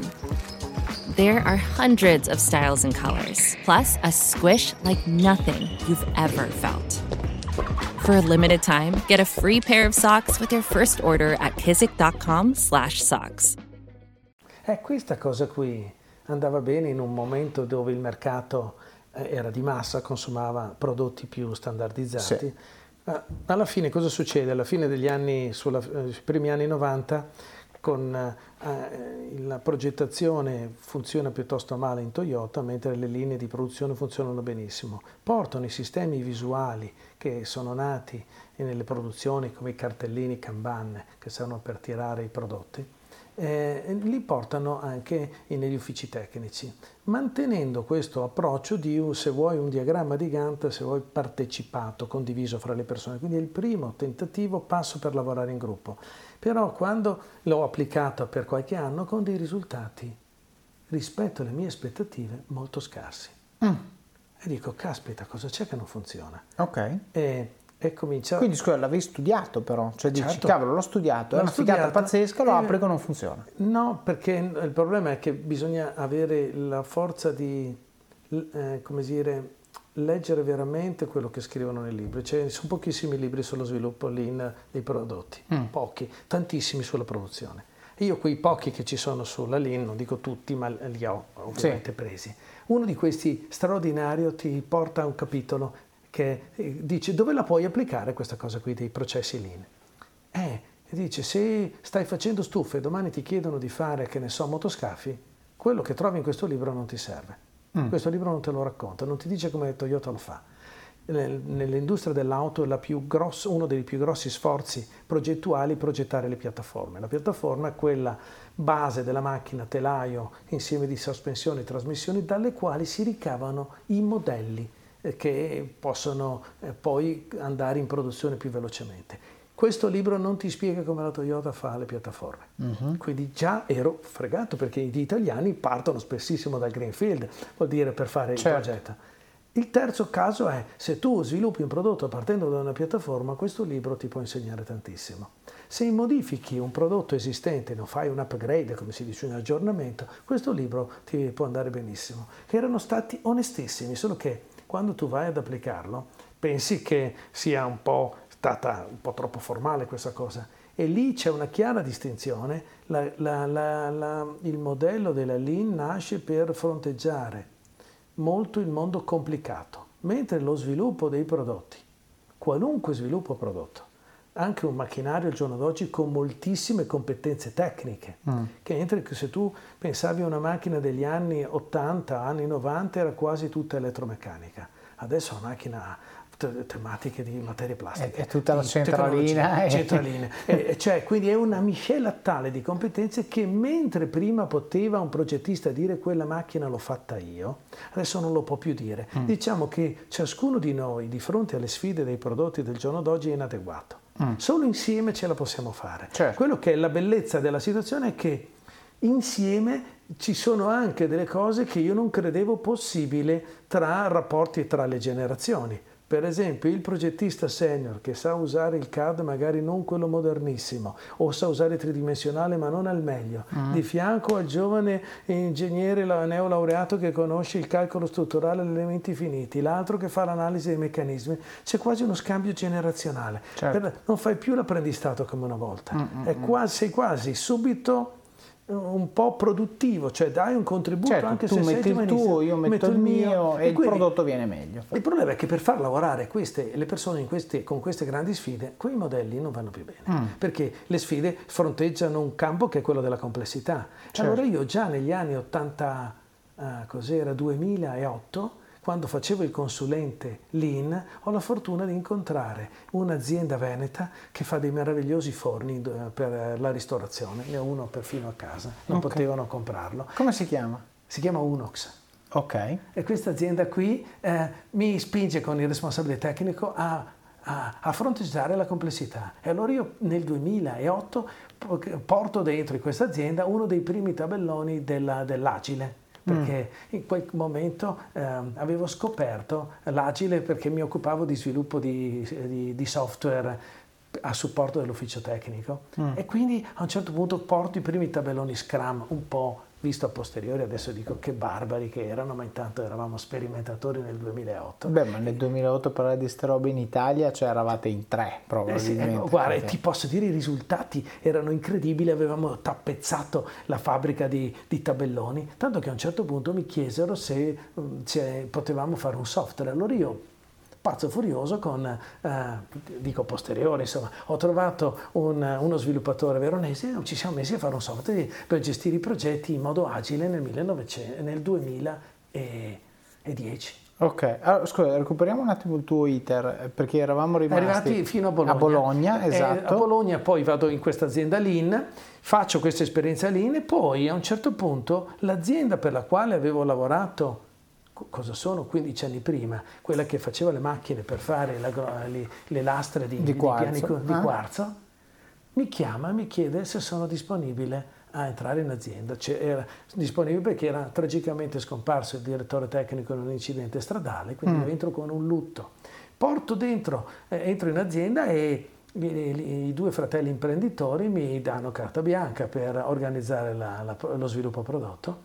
There are hundreds of styles and colors, plus a squish like nothing you've ever felt. For a limited time, get a free pair of socks with your first order at kizik.com slash socks. Eh, questa cosa qui andava bene in un momento dove il mercato eh, era di massa, consumava prodotti più standardizzati. Sì. Ma alla fine cosa succede? Alla fine degli anni, sulla, eh, sui primi anni novanta, con eh, la progettazione funziona piuttosto male in Toyota, mentre le linee di produzione funzionano benissimo. Portano i sistemi visuali che sono nati nelle produzioni, come i cartellini Kanban che servono per tirare i prodotti, eh, li portano anche negli uffici tecnici, mantenendo questo approccio di, se vuoi, un diagramma di Gantt, se vuoi, partecipato, condiviso fra le persone. Quindi è il primo tentativo, passo per lavorare in gruppo. Però quando l'ho applicato per qualche anno con dei risultati rispetto alle mie aspettative molto scarsi. Mm. E dico, caspita, cosa c'è che non funziona? Ok. E, e comincia... Quindi scusa, l'avevi studiato però? Cioè dici, certo. Cavolo, l'ho studiato, l'ho è una figata studiata, pazzesca, lo e... applico e non funziona. No, perché il problema è che bisogna avere la forza di, eh, come dire, leggere veramente quello che scrivono nei libri. Cioè, sono pochissimi libri sullo sviluppo lean dei prodotti, mm. pochi, tantissimi sulla produzione. E io quei pochi che ci sono sulla lean, non dico tutti, ma li ho ovviamente sì. presi. Uno di questi straordinario ti porta a un capitolo che dice dove la puoi applicare questa cosa qui dei processi lean. Eh, dice se stai facendo stufe e domani ti chiedono di fare, che ne so, motoscafi, quello che trovi in questo libro non ti serve. Mm. Questo libro non te lo racconta, non ti dice come Toyota lo fa. Nell'industria dell'auto è la più grosso, uno dei più grossi sforzi progettuali progettare le piattaforme. La piattaforma è quella base della macchina, telaio, insieme di sospensioni e trasmissioni, dalle quali si ricavano i modelli che possono poi andare in produzione più velocemente. Questo libro non ti spiega come la Toyota fa le piattaforme. Uh-huh. Quindi già ero fregato, perché gli italiani partono spessissimo dal greenfield, vuol dire per fare il certo. progetto. Il terzo caso è, se tu sviluppi un prodotto partendo da una piattaforma, questo libro ti può insegnare tantissimo. Se modifichi un prodotto esistente, non fai un upgrade, come si dice, un aggiornamento, questo libro ti può andare benissimo. Erano stati onestissimi, solo che quando tu vai ad applicarlo, pensi che sia un po' stata un po' troppo formale questa cosa. E lì c'è una chiara distinzione. La, la, la, la, il modello della Lean nasce per fronteggiare molto il mondo complicato, mentre lo sviluppo dei prodotti, qualunque sviluppo prodotto, anche un macchinario al giorno d'oggi con moltissime competenze tecniche, mm. che mentre se tu pensavi a una macchina degli anni ottanta, anni novanta, era quasi tutta elettromeccanica. Adesso la macchina tematiche di materie plastiche. È, è tutta la centralina. E... centraline. e, cioè, quindi è una miscela tale di competenze che mentre prima poteva un progettista dire quella macchina l'ho fatta io, adesso non lo può più dire. Mm. Diciamo che ciascuno di noi di fronte alle sfide dei prodotti del giorno d'oggi è inadeguato. Mm. Solo insieme ce la possiamo fare. Certo. Quello che è la bellezza della situazione è che insieme ci sono anche delle cose che io non credevo possibile tra rapporti tra le generazioni. Per esempio il progettista senior che sa usare il C A D, magari non quello modernissimo, o sa usare il tridimensionale ma non al meglio, uh-huh. di fianco al giovane ingegnere neolaureato che conosce il calcolo strutturale degli elementi finiti, l'altro che fa l'analisi dei meccanismi, c'è quasi uno scambio generazionale. Certo. Per, non fai più l'apprendistato come una volta, uh-huh. È quasi, sei quasi subito un po' produttivo, cioè dai un contributo, certo, anche tu se metti sei il tuo, io metto, metto il mio, mio e, e il quindi, prodotto viene meglio. Il problema è che per far lavorare queste, le persone in queste, con queste grandi sfide, quei modelli non vanno più bene, mm. perché le sfide fronteggiano un campo che è quello della complessità. Certo. Allora io già negli anni ottanta, uh, cos'era, duemilaotto, quando facevo il consulente Lean, ho la fortuna di incontrare un'azienda veneta che fa dei meravigliosi forni per la ristorazione. Ne ho uno perfino a casa, non okay. potevano comprarlo. Come si chiama? Si chiama Unox. Ok. E questa azienda qui eh, mi spinge con il responsabile tecnico a, a, a fronteggiare la complessità. E allora io nel duemilaotto porto dentro in questa azienda uno dei primi tabelloni della, dell'Agile. Perché in quel momento eh, avevo scoperto l'Agile perché mi occupavo di sviluppo di, di, di software a supporto dell'ufficio tecnico mm. e quindi a un certo punto porto i primi tabelloni Scrum un po' visto a posteriori, adesso dico che barbari che erano, ma intanto eravamo sperimentatori nel duemilaotto. Beh, ma nel duemilaotto parlare di ste robe in Italia, cioè eravate in tre probabilmente. Eh sì, eh, guarda, perché... ti posso dire i risultati erano incredibili, avevamo tappezzato la fabbrica di, di tabelloni, tanto che a un certo punto mi chiesero se, se potevamo fare un software. Allora io, pazzo furioso, con, eh, dico posteriore, insomma, ho trovato un, uno sviluppatore veronese e ci siamo messi a fare un software per gestire i progetti in modo agile nel, millenovecento, nel duemiladieci. Ok, allora, scusa, recuperiamo un attimo il tuo iter, perché eravamo rimasti arrivati fino a Bologna. A Bologna, esatto. Eh, a Bologna poi vado in questa azienda Lean, faccio questa esperienza Lean e poi a un certo punto l'azienda per la quale avevo lavorato, cosa sono quindici anni prima, quella che faceva le macchine per fare la, le, le lastre di, di, di, quarzo. Piani, di ah. quarzo, mi chiama e mi chiede se sono disponibile a entrare in azienda. Cioè, era disponibile perché era tragicamente scomparso il direttore tecnico in un incidente stradale, quindi mm. io entro con un lutto. Porto dentro, eh, entro in azienda e i, i, i due fratelli imprenditori mi danno carta bianca per organizzare la, la, lo sviluppo prodotto.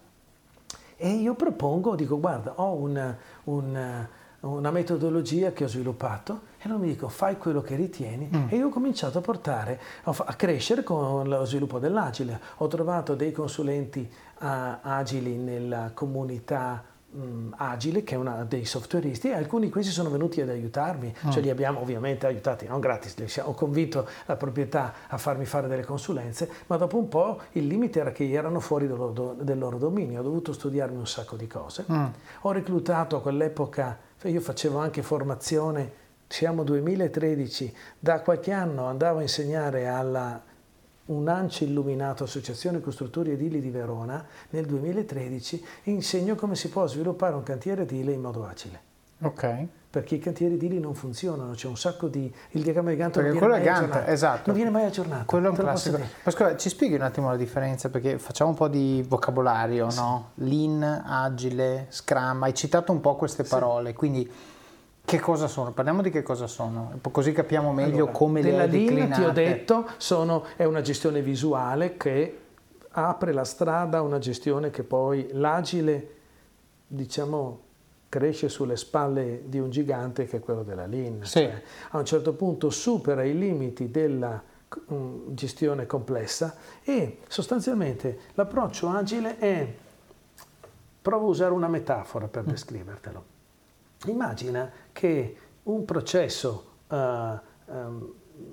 E io propongo, dico guarda, ho un, un, una metodologia che ho sviluppato e loro mi dicono fai quello che ritieni mm. e io ho cominciato a portare, a crescere con lo sviluppo dell'agile. Ho trovato dei consulenti uh, agili nella comunità um, agile, che è una dei softwareisti, e alcuni di questi sono venuti ad aiutarmi, mm. cioè li abbiamo ovviamente aiutati, non gratis, li ho convinto la proprietà a farmi fare delle consulenze, ma dopo un po' il limite era che erano fuori del loro, del loro dominio, ho dovuto studiarmi un sacco di cose. Mm. Ho reclutato a quell'epoca, io facevo anche formazione, siamo duemilatredici, da qualche anno andavo a insegnare alla UNANCI Illuminato, Associazione Costruttori Edili di Verona, nel duemilatredici, e insegno come si può sviluppare un cantiere edile in modo agile. Ok. Perché i cantieri edili non funzionano, c'è un sacco di... il diagramma di Gantt non viene mai Gantt, aggiornato. Esatto. Non viene mai aggiornato. Quello è un classico. Ma scusa, ci spieghi un attimo la differenza, perché facciamo un po' di vocabolario, sì. no? Lean, agile, Scrum, hai citato un po' queste parole, sì. quindi... Che cosa sono? Parliamo di che cosa sono, così capiamo meglio allora, come le hai declinate. Lean, ti ho detto, sono, è una gestione visuale che apre la strada a una gestione che poi l'agile, diciamo, cresce sulle spalle di un gigante che è quello della Lean. Sì. Cioè, a un certo punto supera i limiti della um, gestione complessa e sostanzialmente l'approccio agile è, provo a usare una metafora per descrivertelo. Immagina che un processo uh, um,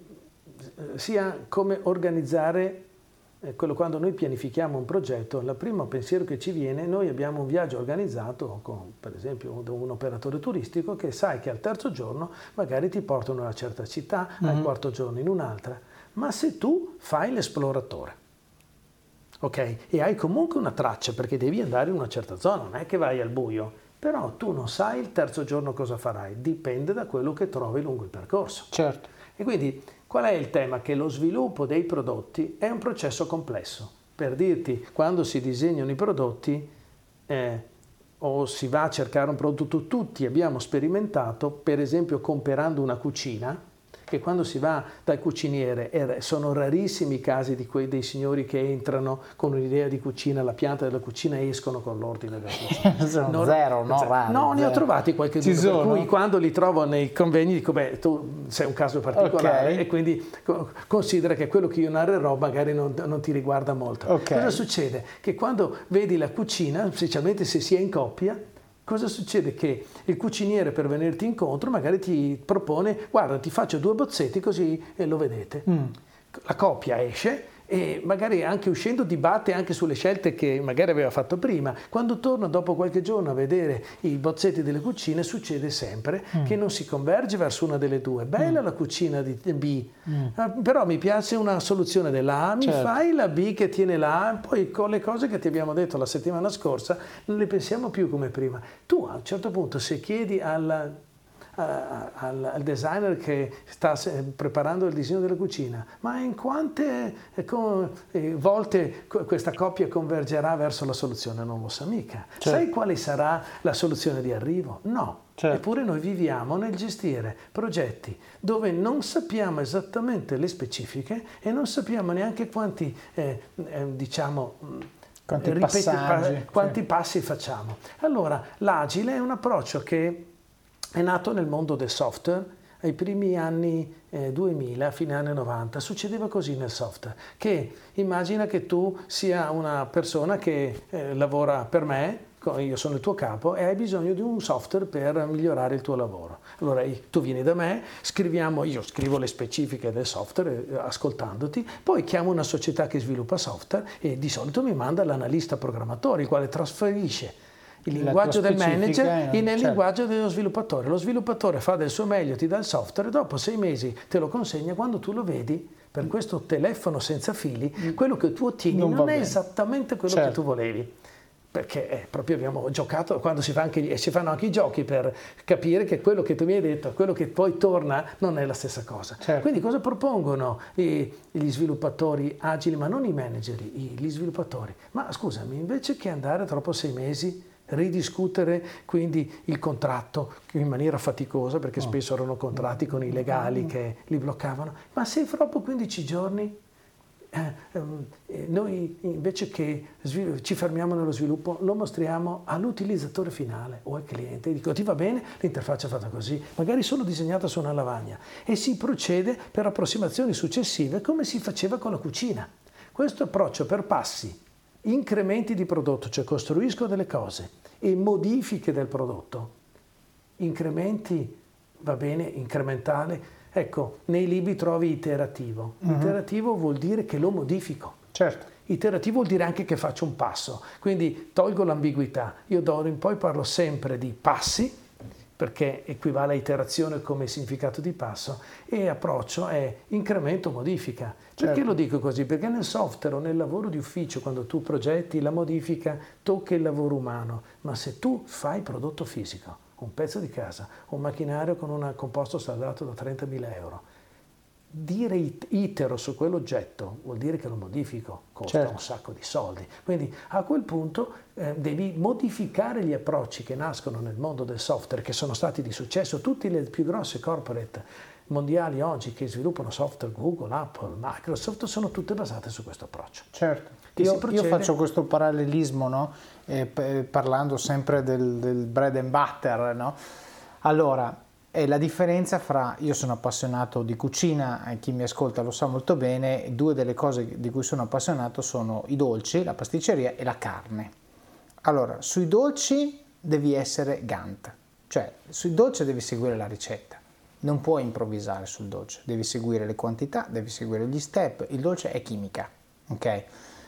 sia come organizzare eh, quello quando noi pianifichiamo un progetto, il primo pensiero che ci viene, noi abbiamo un viaggio organizzato con per esempio un, un operatore turistico che sai che al terzo giorno magari ti porta in una certa città, mm-hmm. al quarto giorno in un'altra, ma se tu fai l'esploratore, ok? E hai comunque una traccia perché devi andare in una certa zona, non è che vai al buio. Però tu non sai il terzo giorno cosa farai, dipende da quello che trovi lungo il percorso. Certo. E quindi qual è il tema? Che lo sviluppo dei prodotti è un processo complesso. Per dirti, quando si disegnano i prodotti eh, o si va a cercare un prodotto, tutti abbiamo sperimentato, per esempio comperando una cucina, che quando si va dal cuciniere, sono rarissimi i casi di quei dei signori che entrano con un'idea di cucina, la pianta della cucina, e escono con l'ordine della cucina. sono non, zero, no? Rari, no, ne zero. ho trovati qualche Ci per cui quando li trovo nei convegni dico, beh, tu sei un caso particolare, okay. E quindi considera che quello che io narrerò magari non, non ti riguarda molto. Okay. Cosa succede? Che quando vedi la cucina, specialmente se si è in coppia, cosa succede? Che il cuciniere, per venirti incontro, magari ti propone, guarda, ti faccio due bozzetti così e lo vedete. Mm. La coppia esce e magari anche uscendo dibatte anche sulle scelte che magari aveva fatto prima. Quando torna dopo qualche giorno a vedere i bozzetti delle cucine, succede sempre mm. che non si converge verso una delle due. Bella mm. la cucina di B, mm. però mi piace una soluzione della A, mi certo. fai la B che tiene la A, poi con le cose che ti abbiamo detto la settimana scorsa non le pensiamo più come prima. Tu a un certo punto, se chiedi alla Al, al designer che sta preparando il disegno della cucina, ma in quante eh, con, eh, volte questa coppia convergerà verso la soluzione? Non lo sa mica. Certo. Sai quale sarà la soluzione di arrivo? No. Certo. Eppure noi viviamo nel gestire progetti dove non sappiamo esattamente le specifiche e non sappiamo neanche quanti eh, eh, diciamo quanti, ripeti, passaggi, pa- quanti sì. passi facciamo. Allora, l'agile è un approccio che è nato nel mondo del software, ai primi anni eh, duemila, fine anni novanta, succedeva così nel software, che immagina che tu sia una persona che eh, lavora per me, io sono il tuo capo e hai bisogno di un software per migliorare il tuo lavoro. Allora tu vieni da me, scriviamo, io scrivo le specifiche del software eh, ascoltandoti, poi chiamo una società che sviluppa software e di solito mi manda l'analista programmatore, il quale trasferisce il linguaggio del manager nel certo. linguaggio dello sviluppatore. Lo sviluppatore fa del suo meglio, ti dà il software e dopo sei mesi te lo consegna. Quando tu lo vedi per questo telefono senza fili, quello che tu ottieni non, non è bene. Esattamente quello certo. che tu volevi. Perché eh, proprio abbiamo giocato, quando si, fa anche, si fanno anche i giochi per capire che quello che tu mi hai detto, quello che poi torna, non è la stessa cosa. Certo. Quindi cosa propongono i, gli sviluppatori agili, ma non i manager, i, gli sviluppatori? Ma scusami, invece che andare dopo sei mesi ridiscutere quindi il contratto in maniera faticosa, perché oh. spesso erano contratti con i legali che li bloccavano, ma se dopo quindici giorni eh, eh, noi invece che svil- ci fermiamo nello sviluppo lo mostriamo all'utilizzatore finale o al cliente, dico ti va bene l'interfaccia è fatta così, magari solo disegnata su una lavagna, e si procede per approssimazioni successive come si faceva con la cucina. Questo approccio per passi, incrementi di prodotto, cioè costruisco delle cose e modifiche del prodotto, incrementi, va bene, incrementale, ecco, nei libri trovi iterativo. Uh-huh. Iterativo vuol dire che lo modifico. Certo. Iterativo vuol dire anche che faccio un passo, quindi tolgo l'ambiguità. Io d'ora in poi parlo sempre di passi, perché equivale a iterazione come significato di passo, e approccio è incremento, modifica. Perché certo. lo dico così? Perché nel software o nel lavoro di ufficio, quando tu progetti la modifica, tocca il lavoro umano, ma se tu fai prodotto fisico, un pezzo di casa, un macchinario con un composto saldato da trentamila euro, dire itero su quell'oggetto vuol dire che lo modifico, costa certo. un sacco di soldi. Quindi a quel punto eh, devi modificare gli approcci che nascono nel mondo del software, che sono stati di successo. Tutte le più grosse corporate mondiali oggi che sviluppano software, Google, Apple, Microsoft, sono tutte basate su questo approccio. Certo. Io, procede... io faccio questo parallelismo, no? eh, p- parlando sempre del, del bread and butter, no? Allora, è la differenza fra, io sono appassionato di cucina, e chi mi ascolta lo sa molto bene, due delle cose di cui sono appassionato sono i dolci, la pasticceria e la carne. Allora, sui dolci devi essere Gantt, cioè sui dolci devi seguire la ricetta, non puoi improvvisare sul dolce, devi seguire le quantità, devi seguire gli step, il dolce è chimica, ok?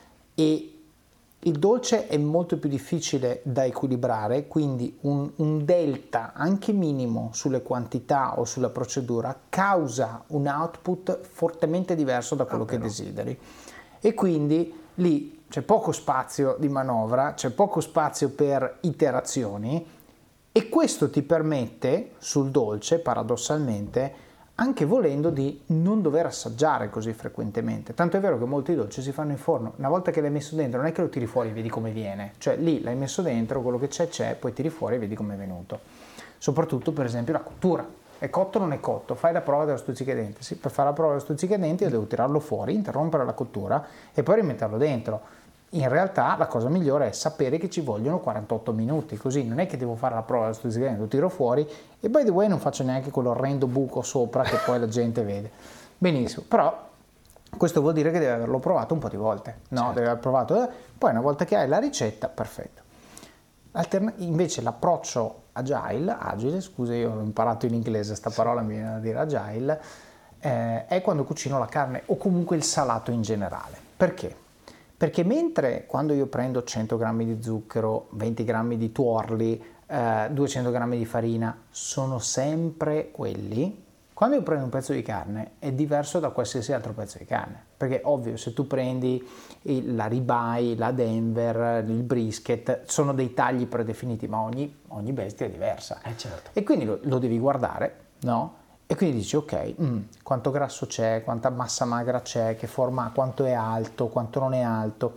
E il dolce è molto più difficile da equilibrare, quindi un, un delta anche minimo sulle quantità o sulla procedura causa un output fortemente diverso da quello ah, che desideri. E quindi lì c'è poco spazio di manovra, c'è poco spazio per iterazioni, e questo ti permette sul dolce, paradossalmente, anche volendo, di non dover assaggiare così frequentemente. Tanto è vero che molti dolci si fanno in forno, una volta che l'hai messo dentro non è che lo tiri fuori e vedi come viene, cioè lì l'hai messo dentro, quello che c'è c'è, poi tiri fuori e vedi come è venuto. Soprattutto per esempio la cottura, è cotto o non è cotto? Fai la prova dello stuzzicadenti. Sì, per fare la prova dello stuzzicadenti io devo tirarlo fuori, interrompere la cottura e poi rimetterlo dentro. In realtà la cosa migliore è sapere che ci vogliono quarantotto minuti, così non è che devo fare la prova dello stuzzicadenti, lo tiro fuori e by the way non faccio neanche quell'orrendo buco sopra che poi la gente vede. Benissimo, però questo vuol dire che devi averlo provato un po' di volte, no? Certo. Devi aver provato, poi una volta che hai la ricetta, perfetto. Alterna- invece l'approccio agile, agile, scusa io ho imparato in inglese sta parola, mi viene da dire agile, eh, è quando cucino la carne o comunque il salato in generale. Perché? Perché mentre quando io prendo cento grammi di zucchero, venti grammi di tuorli, eh, duecento grammi di farina, sono sempre quelli, quando io prendo un pezzo di carne è diverso da qualsiasi altro pezzo di carne, perché ovvio se tu prendi il, la ribeye, la Denver, il brisket, sono dei tagli predefiniti, ma ogni, ogni bestia è diversa. Eh certo. E quindi lo, lo devi guardare, no? E quindi dici ok, mm, quanto grasso c'è, quanta massa magra c'è, che forma ha, quanto è alto, quanto non è alto.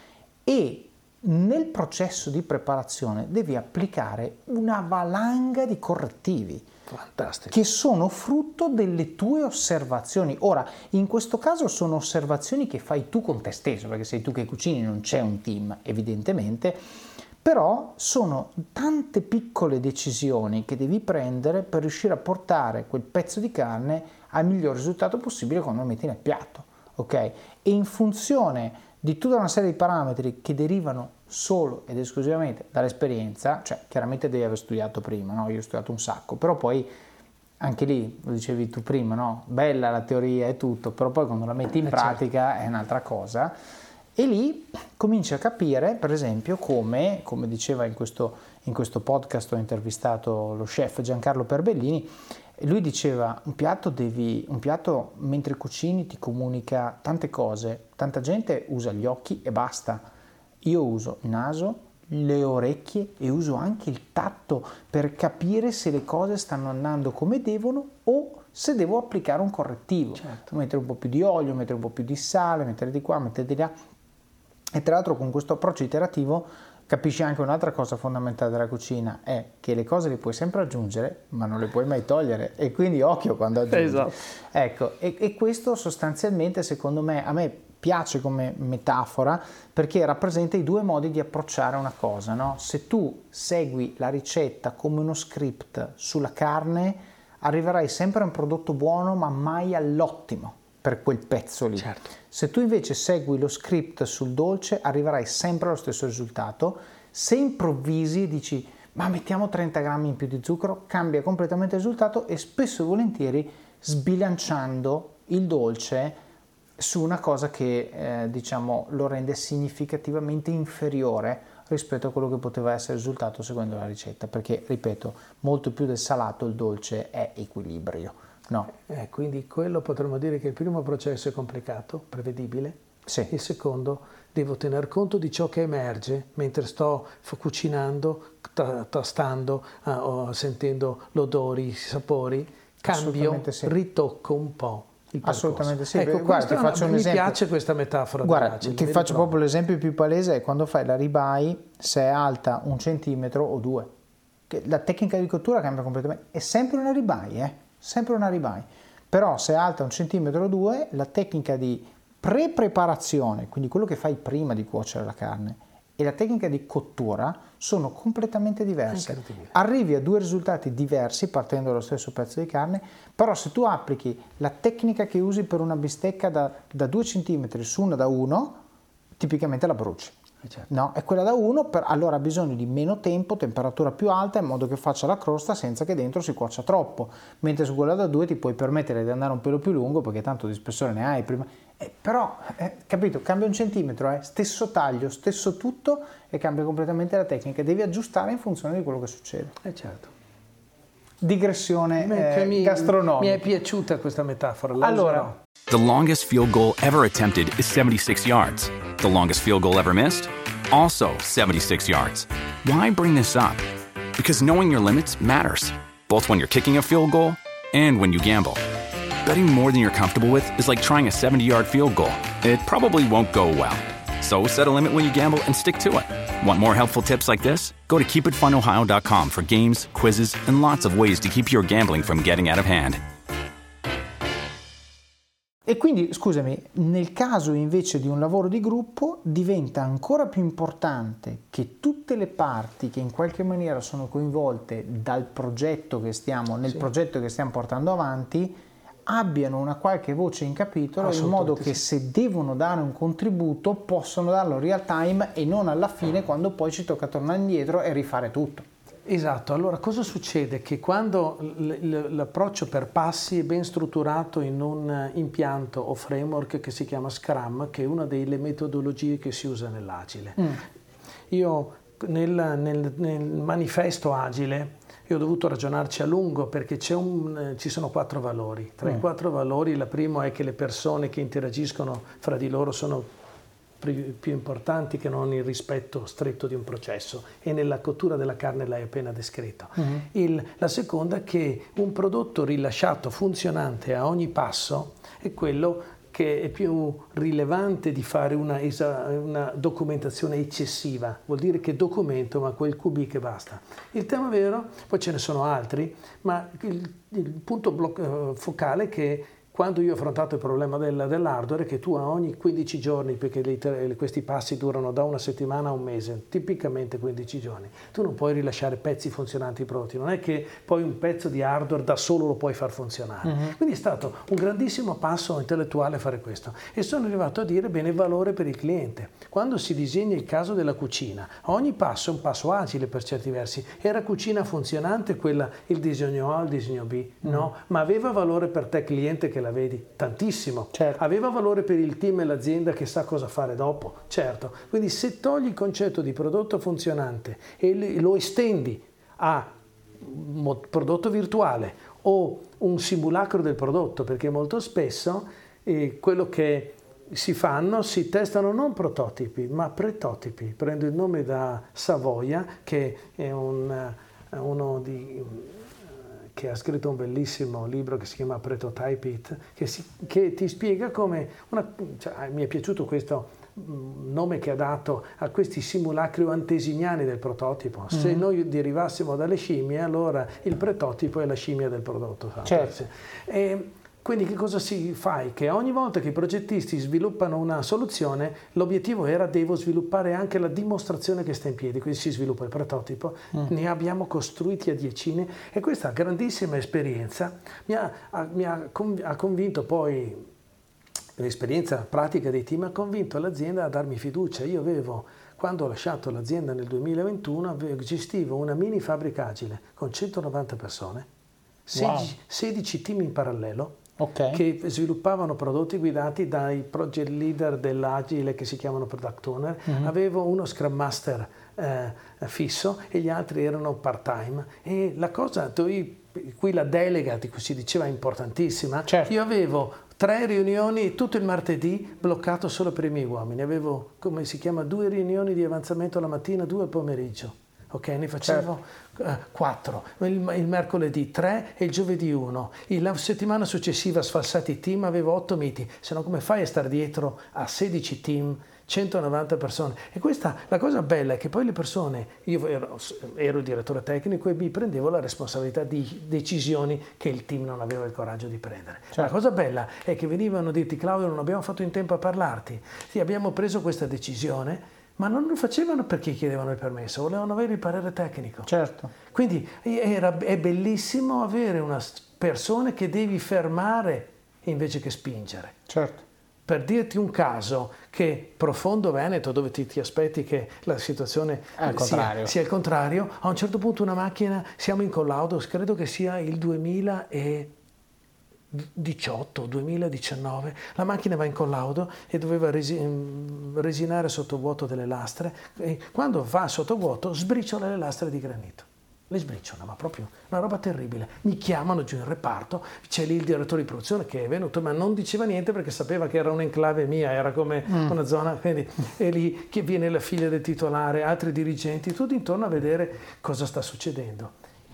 E nel processo di preparazione devi applicare una valanga di correttivi. Fantastico. Che sono frutto delle tue osservazioni. Ora, in questo caso sono osservazioni che fai tu con te stesso, perché sei tu che cucini, non c'è un team, evidentemente, però sono tante piccole decisioni che devi prendere per riuscire a portare quel pezzo di carne al miglior risultato possibile quando lo metti nel piatto, ok? E in funzione di tutta una serie di parametri che derivano solo ed esclusivamente dall'esperienza, cioè chiaramente devi aver studiato prima, no? Io ho studiato un sacco, però poi anche lì, lo dicevi tu prima, no? Bella la teoria e tutto, però poi quando la metti in eh pratica certo. È un'altra cosa e lì cominci a capire, per esempio, come, come diceva in questo, in questo podcast ho intervistato lo chef Giancarlo Perbellini, lui diceva un piatto devi un piatto mentre cucini ti comunica tante cose, tanta gente usa gli occhi e basta, io uso il naso, le orecchie e uso anche il tatto per capire se le cose stanno andando come devono o se devo applicare un correttivo, certo. Mettere un po' più di olio, mettere un po' più di sale, mettere di qua, mettere di là e tra l'altro con questo approccio iterativo capisci anche un'altra cosa fondamentale della cucina, è che le cose le puoi sempre aggiungere, ma non le puoi mai togliere, e quindi occhio quando aggiungi. Esatto. Ecco, e, e questo sostanzialmente, secondo me, a me piace come metafora, perché rappresenta i due modi di approcciare una cosa, no? Se tu segui la ricetta come uno script sulla carne, arriverai sempre a un prodotto buono, ma mai all'ottimo per quel pezzo lì. Certo. Se tu invece segui lo script sul dolce arriverai sempre allo stesso risultato. Se improvvisi e dici ma mettiamo trenta grammi in più di zucchero, cambia completamente il risultato e spesso e volentieri sbilanciando il dolce su una cosa che eh, diciamo lo rende significativamente inferiore rispetto a quello che poteva essere il risultato seguendo la ricetta, perché ripeto, molto più del salato il dolce è equilibrio. No. Eh, quindi quello potremmo dire che il primo processo è complicato, prevedibile. Sì. Il secondo, devo tener conto di ciò che emerge mentre sto cucinando, tra, tastando, uh, o sentendo l'odori, i sapori, cambio, sì. Ritocco un po' il percorso. Assolutamente sì. Ecco, guarda, ti faccio un mi esempio. piace questa metafora. Guarda, dell'agile, ti faccio proprio. proprio l'esempio più palese, è quando fai la ribeye, se è alta un centimetro o due. La tecnica di cottura cambia completamente, è sempre una ribeye, eh? Sempre una ribeye, però se è alta un centimetro o due, la tecnica di pre-preparazione, quindi quello che fai prima di cuocere la carne, e la tecnica di cottura sono completamente diverse. Arrivi a due risultati diversi partendo dallo stesso pezzo di carne, però se tu applichi la tecnica che usi per una bistecca da, da due centimetri su una da uno, tipicamente la bruci. Certo. No, è quella da uno, per, allora ha bisogno di meno tempo, temperatura più alta in modo che faccia la crosta senza che dentro si cuocia troppo, mentre su quella da due ti puoi permettere di andare un pelo più lungo perché tanto di spessore ne hai prima, eh, però eh, capito, cambia un centimetro, eh, stesso taglio, stesso tutto e cambia completamente la tecnica, devi aggiustare in funzione di quello che succede. Eh certo. Digressione eh, mi, gastronomica. Mi è piaciuta questa metafora. Allora, the longest field goal ever attempted is seventy-six yards. The longest field goal ever missed? Also seventy-six yards. Why bring this up? Because knowing your limits matters, both when you're kicking a field goal and when you gamble. Betting more than you're comfortable with is like trying a seventy-yard field goal. It probably won't go well. So set a limit when you gamble and stick to it. Want more helpful tips like this? Go to keep it fun ohio dot com for games, quizzes, and lots of ways to keep your gambling from getting out of hand. E quindi, scusami, nel caso invece di un lavoro di gruppo diventa ancora più importante che tutte le parti che in qualche maniera sono coinvolte dal progetto che stiamo, nel sì. progetto che stiamo portando avanti, abbiano una qualche voce in capitolo, in modo che sì. se devono dare un contributo possono darlo real time e non alla fine, quando poi ci tocca tornare indietro e rifare tutto. Esatto, allora cosa succede? Che quando l'approccio per passi è ben strutturato in un impianto o framework che si chiama Scrum, che è una delle metodologie che si usa nell'Agile. Mm. Io nel, nel, nel manifesto Agile io ho dovuto ragionarci a lungo, perché c'è un, ci sono quattro valori. Tra mm. i quattro valori il primo è che le persone che interagiscono fra di loro sono più importanti che non il rispetto stretto di un processo, e nella cottura della carne l'hai appena descritto. Mm-hmm. Il, la seconda è che un prodotto rilasciato funzionante a ogni passo è quello che è più rilevante di fare una, una documentazione eccessiva. Vuol dire che documento, ma quel Q B che basta. Il tema vero, poi ce ne sono altri, ma il, il punto bloc- focale è che quando io ho affrontato il problema del, dell'hardware, che tu a ogni quindici giorni, perché le, questi passi durano da una settimana a un mese, tipicamente quindici giorni, tu non puoi rilasciare pezzi funzionanti pronti, non è che poi un pezzo di hardware da solo lo puoi far funzionare. Uh-huh. Quindi è stato un grandissimo passo intellettuale fare questo, e sono arrivato a dire bene il valore per il cliente. Quando si disegna il caso della cucina, ogni passo è un passo agile per certi versi. Era cucina funzionante quella, il disegno A, il disegno B? Uh-huh. No, ma aveva valore per te cliente che la vedi? Tantissimo. Certo. Aveva valore per il team e l'azienda che sa cosa fare dopo? Certo. Quindi se togli il concetto di prodotto funzionante e lo estendi a prodotto virtuale o un simulacro del prodotto, perché molto spesso eh, quello che si fanno, si testano non prototipi ma pretotipi. Prendo il nome da Savoia, che è un, uno di che ha scritto un bellissimo libro che si chiama Prototype It, che, si, che ti spiega come, una, cioè, mi è piaciuto questo nome che ha dato a questi simulacri antesignani del prototipo. Mm-hmm. Se noi derivassimo dalle scimmie, allora il prototipo è la scimmia del prodotto. Certo. E, quindi che cosa si fa? Che ogni volta che i progettisti sviluppano una soluzione, l'obiettivo era devo sviluppare anche la dimostrazione che sta in piedi, quindi si sviluppa il prototipo, mm. ne abbiamo costruiti a diecine, e questa grandissima esperienza mi ha, mi ha, ha convinto poi, l'esperienza pratica dei team ha convinto l'azienda a darmi fiducia. Io avevo, quando ho lasciato l'azienda nel duemilaventuno, avevo, gestivo una mini fabbrica agile con centonovanta persone, sedici, wow. sedici team in parallelo, okay. che sviluppavano prodotti guidati dai project leader dell'agile che si chiamano product owner. Mm-hmm. Avevo uno scrum master eh, fisso e gli altri erano part time, e la cosa qui la delega di cui si diceva è importantissima. Certo. Io avevo tre riunioni tutto il martedì bloccato solo per i miei uomini, avevo, come si chiama, due riunioni di avanzamento la mattina, due al pomeriggio. Ok, ne facevo certo. uh, quattro, il, il mercoledì tre e il giovedì uno. La settimana successiva, sfalsati i team, avevo otto meeting. Se no come fai a stare dietro a sedici team, centonovanta persone? E questa, la cosa bella è che poi le persone, io ero, ero il direttore tecnico e mi prendevo la responsabilità di decisioni che il team non aveva il coraggio di prendere. Certo. La cosa bella è che venivano a dirti: Claudio, non abbiamo fatto in tempo a parlarti, sì, abbiamo preso questa decisione, ma non lo facevano perché chiedevano il permesso, volevano avere il parere tecnico. Certo. Quindi era, è bellissimo avere una persona che devi fermare invece che spingere. Certo. Per dirti un caso, che Profondo Veneto, dove ti, ti aspetti che la situazione sia, sia il contrario, a un certo punto una macchina, siamo in collaudo, credo che sia il duemiladiciotto, duemiladiciannove, la macchina va in collaudo e doveva resi, resinare sottovuoto delle lastre, e quando va sottovuoto sbriciola le lastre di granito. Le sbriciola, ma proprio una roba terribile. Mi chiamano giù in reparto, c'è lì il direttore di produzione che è venuto, ma non diceva niente perché sapeva che era un'enclave mia, era come mm. una zona, quindi è lì che viene la figlia del titolare, altri dirigenti, tutti intorno a vedere cosa sta succedendo.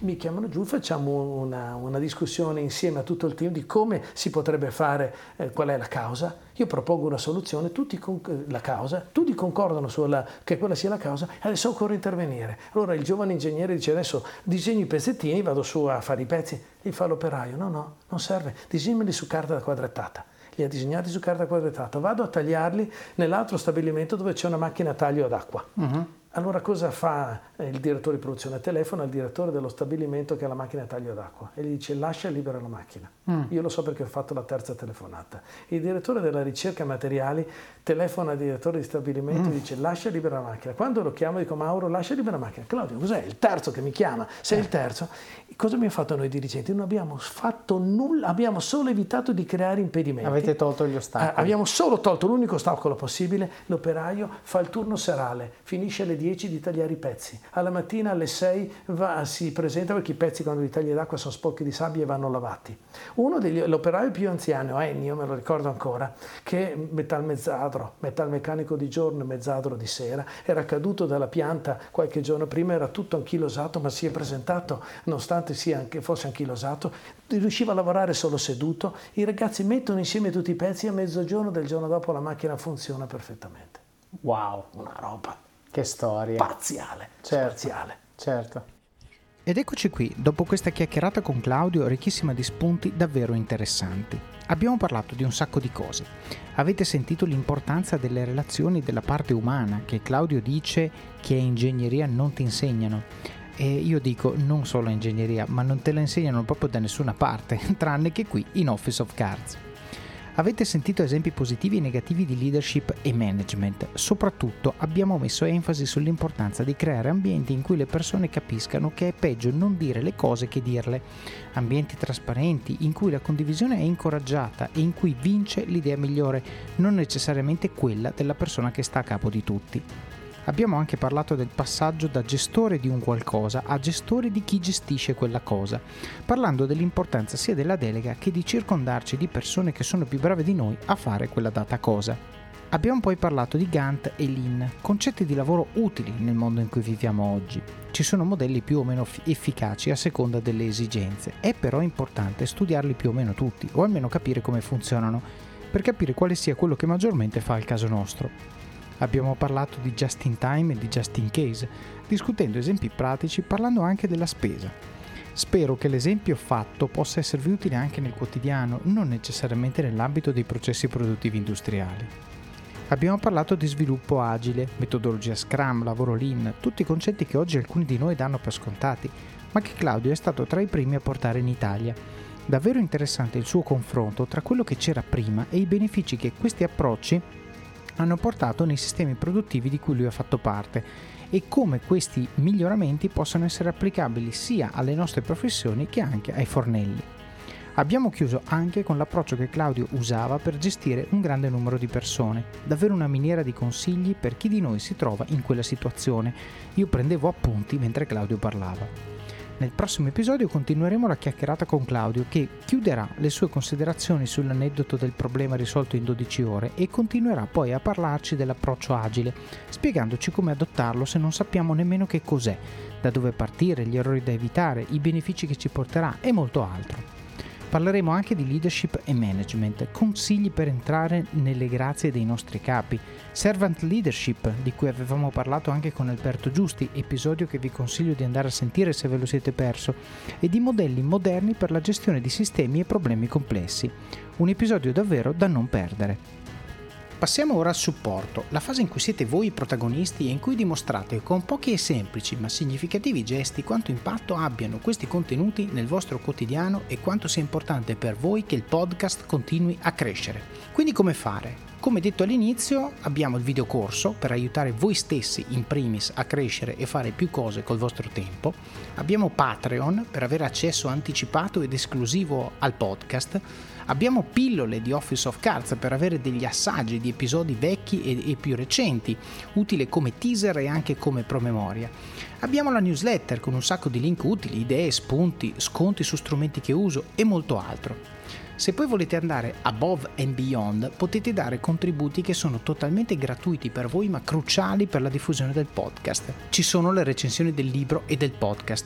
mi chiamano giù, facciamo una, una discussione insieme a tutto il team di come si potrebbe fare, eh, qual è la causa. Io propongo una soluzione, tutti con, la causa, tutti concordano sulla, che quella sia la causa, e adesso occorre intervenire. Allora il giovane ingegnere dice: adesso disegno i pezzettini, vado su a fare i pezzi. Gli fa l'operaio: no, no, non serve, disegnali su carta quadrettata. Li ha disegnati su carta quadrettata, vado a tagliarli nell'altro stabilimento dove c'è una macchina a taglio ad acqua. Uh-huh. Allora cosa fa il direttore di produzione? Telefona al direttore dello stabilimento che ha la macchina a taglio d'acqua e gli dice: lascia libera la macchina. Mm. Io lo so perché ho fatto la terza telefonata. Il direttore della ricerca materiali telefona al direttore di stabilimento mm. e dice: lascia libera la macchina. Quando lo chiamo dico: Mauro, lascia libera la macchina. Claudio, cos'è? Il terzo che mi chiama. Sei eh. il terzo. Cosa abbiamo fatto noi dirigenti? Non abbiamo fatto nulla, abbiamo solo evitato di creare impedimenti. Avete tolto gli ostacoli. Eh, abbiamo solo tolto l'unico ostacolo possibile. L'operaio fa il turno serale, finisce alle dieci di tagliare i pezzi. Alla mattina alle sei va, si presenta, perché i pezzi quando li tagli d'acqua sono sporchi di sabbia e vanno lavati. Uno degli l'operaio più anziano, Ennio, me lo ricordo ancora, che metalmezzadro, metalmeccanico di giorno e mezzadro di sera, era caduto dalla pianta qualche giorno prima, era tutto anchilosato, ma si è presentato, nonostante sia anche, fosse anchilosato, riusciva a lavorare solo seduto. I ragazzi mettono insieme tutti i pezzi e a mezzogiorno del giorno dopo la macchina funziona perfettamente. Wow, una roba che storia spaziale, certo, spaziale. Certo. Ed eccoci qui, dopo questa chiacchierata con Claudio, ricchissima di spunti davvero interessanti. Abbiamo parlato di un sacco di cose. Avete sentito l'importanza delle relazioni della parte umana, che Claudio dice che a ingegneria non ti insegnano. E io dico non solo a ingegneria, ma non te la insegnano proprio da nessuna parte, tranne che qui in Office of Cards. Avete sentito esempi positivi e negativi di leadership e management. Soprattutto abbiamo messo enfasi sull'importanza di creare ambienti in cui le persone capiscano che è peggio non dire le cose che dirle. Ambienti trasparenti, in cui la condivisione è incoraggiata e in cui vince l'idea migliore, non necessariamente quella della persona che sta a capo di tutti. Abbiamo anche parlato del passaggio da gestore di un qualcosa a gestore di chi gestisce quella cosa, parlando dell'importanza sia della delega che di circondarci di persone che sono più brave di noi a fare quella data cosa. Abbiamo poi parlato di Gantt e Lean, concetti di lavoro utili nel mondo in cui viviamo oggi. Ci sono modelli più o meno efficaci a seconda delle esigenze, è però importante studiarli più o meno tutti, o almeno capire come funzionano, per capire quale sia quello che maggiormente fa al caso nostro. Abbiamo parlato di just in time e di just in case, discutendo esempi pratici, parlando anche della spesa. Spero che l'esempio fatto possa esservi utile anche nel quotidiano, non necessariamente nell'ambito dei processi produttivi industriali. Abbiamo parlato di sviluppo agile, metodologia Scrum, lavoro Lean, tutti concetti che oggi alcuni di noi danno per scontati, ma che Claudio è stato tra i primi a portare in Italia. Davvero interessante il suo confronto tra quello che c'era prima e i benefici che questi approcci hanno portato nei sistemi produttivi di cui lui ha fatto parte e come questi miglioramenti possono essere applicabili sia alle nostre professioni che anche ai fornelli. Abbiamo chiuso anche con l'approccio che Claudio usava per gestire un grande numero di persone, davvero una miniera di consigli per chi di noi si trova in quella situazione. Io prendevo appunti mentre Claudio parlava. Nel prossimo episodio continueremo la chiacchierata con Claudio, che chiuderà le sue considerazioni sull'aneddoto del problema risolto in dodici ore e continuerà poi a parlarci dell'approccio agile, spiegandoci come adottarlo se non sappiamo nemmeno che cos'è, da dove partire, gli errori da evitare, i benefici che ci porterà e molto altro. Parleremo anche di leadership e management, consigli per entrare nelle grazie dei nostri capi, servant leadership, di cui avevamo parlato anche con Alberto Giusti, episodio che vi consiglio di andare a sentire se ve lo siete perso, e di modelli moderni per la gestione di sistemi e problemi complessi. Un episodio davvero da non perdere. Passiamo ora al supporto, la fase in cui siete voi i protagonisti e in cui dimostrate con pochi e semplici ma significativi gesti quanto impatto abbiano questi contenuti nel vostro quotidiano e quanto sia importante per voi che il podcast continui a crescere. Quindi come fare? Come detto all'inizio, abbiamo il videocorso per aiutare voi stessi in primis a crescere e fare più cose col vostro tempo. Abbiamo Patreon per avere accesso anticipato ed esclusivo al podcast. Abbiamo pillole di Office of Cards per avere degli assaggi di episodi vecchi e, e più recenti, utile come teaser e anche come promemoria. Abbiamo la newsletter con un sacco di link utili, idee, spunti, sconti su strumenti che uso e molto altro. Se poi volete andare above and beyond, potete dare contributi che sono totalmente gratuiti per voi ma cruciali per la diffusione del podcast. Ci sono le recensioni del libro e del podcast,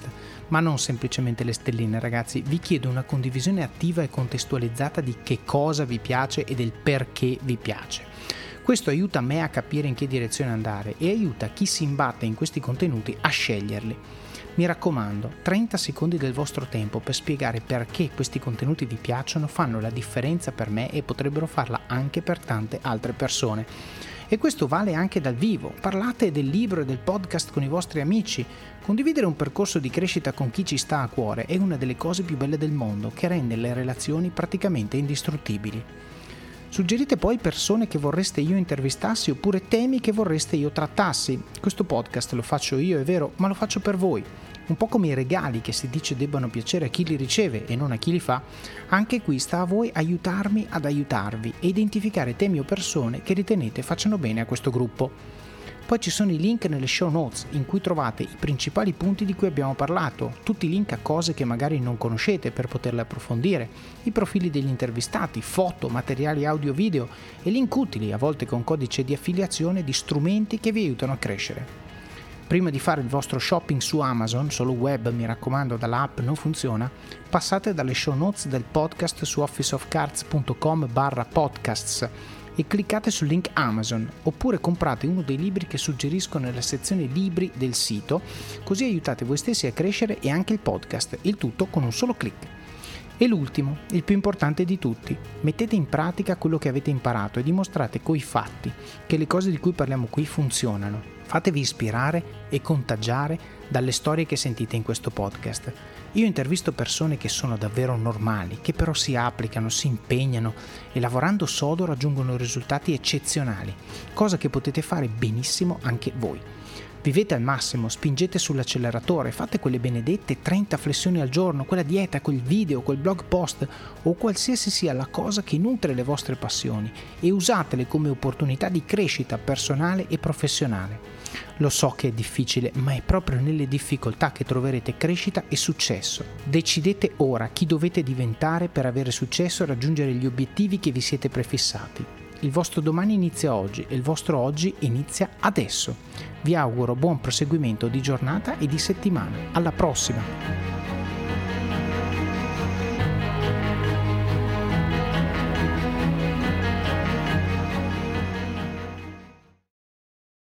Ma non semplicemente le stelline, ragazzi, vi chiedo una condivisione attiva e contestualizzata di che cosa vi piace e del perché vi piace. Questo aiuta me a capire in che direzione andare e aiuta chi si imbatte in questi contenuti a sceglierli. Mi raccomando, trenta secondi del vostro tempo per spiegare perché questi contenuti vi piacciono fanno la differenza per me e potrebbero farla anche per tante altre persone. E questo vale anche dal vivo. Parlate del libro e del podcast con i vostri amici. Condividere un percorso di crescita con chi ci sta a cuore è una delle cose più belle del mondo, che rende le relazioni praticamente indistruttibili. Suggerite poi persone che vorreste io intervistassi oppure temi che vorreste io trattassi. Questo podcast lo faccio io, è vero, ma lo faccio per voi. Un po' come i regali che si dice debbano piacere a chi li riceve e non a chi li fa, anche qui sta a voi aiutarmi ad aiutarvi e identificare temi o persone che ritenete facciano bene a questo gruppo. Poi ci sono i link nelle show notes in cui trovate i principali punti di cui abbiamo parlato, tutti i link a cose che magari non conoscete per poterle approfondire, i profili degli intervistati, foto, materiali audio-video e link utili, a volte con codice di affiliazione, di strumenti che vi aiutano a crescere. Prima di fare il vostro shopping su Amazon, solo web, mi raccomando, dall'app non funziona, passate dalle show notes del podcast su officeofcards.com barra podcasts e cliccate sul link Amazon, oppure comprate uno dei libri che suggerisco nella sezione libri del sito, così aiutate voi stessi a crescere e anche il podcast, il tutto con un solo click. E l'ultimo, il più importante di tutti, mettete in pratica quello che avete imparato e dimostrate coi fatti che le cose di cui parliamo qui funzionano. Fatevi ispirare e contagiare dalle storie che sentite in questo podcast. Io intervisto persone che sono davvero normali, che però si applicano, si impegnano e lavorando sodo raggiungono risultati eccezionali, cosa che potete fare benissimo anche voi. Vivete al massimo, spingete sull'acceleratore, fate quelle benedette trenta flessioni al giorno, quella dieta, quel video, quel blog post o qualsiasi sia la cosa che nutre le vostre passioni e usatele come opportunità di crescita personale e professionale. Lo so che è difficile, ma è proprio nelle difficoltà che troverete crescita e successo. Decidete ora chi dovete diventare per avere successo e raggiungere gli obiettivi che vi siete prefissati. Il vostro domani inizia oggi e il vostro oggi inizia adesso. Vi auguro buon proseguimento di giornata e di settimana. Alla prossima!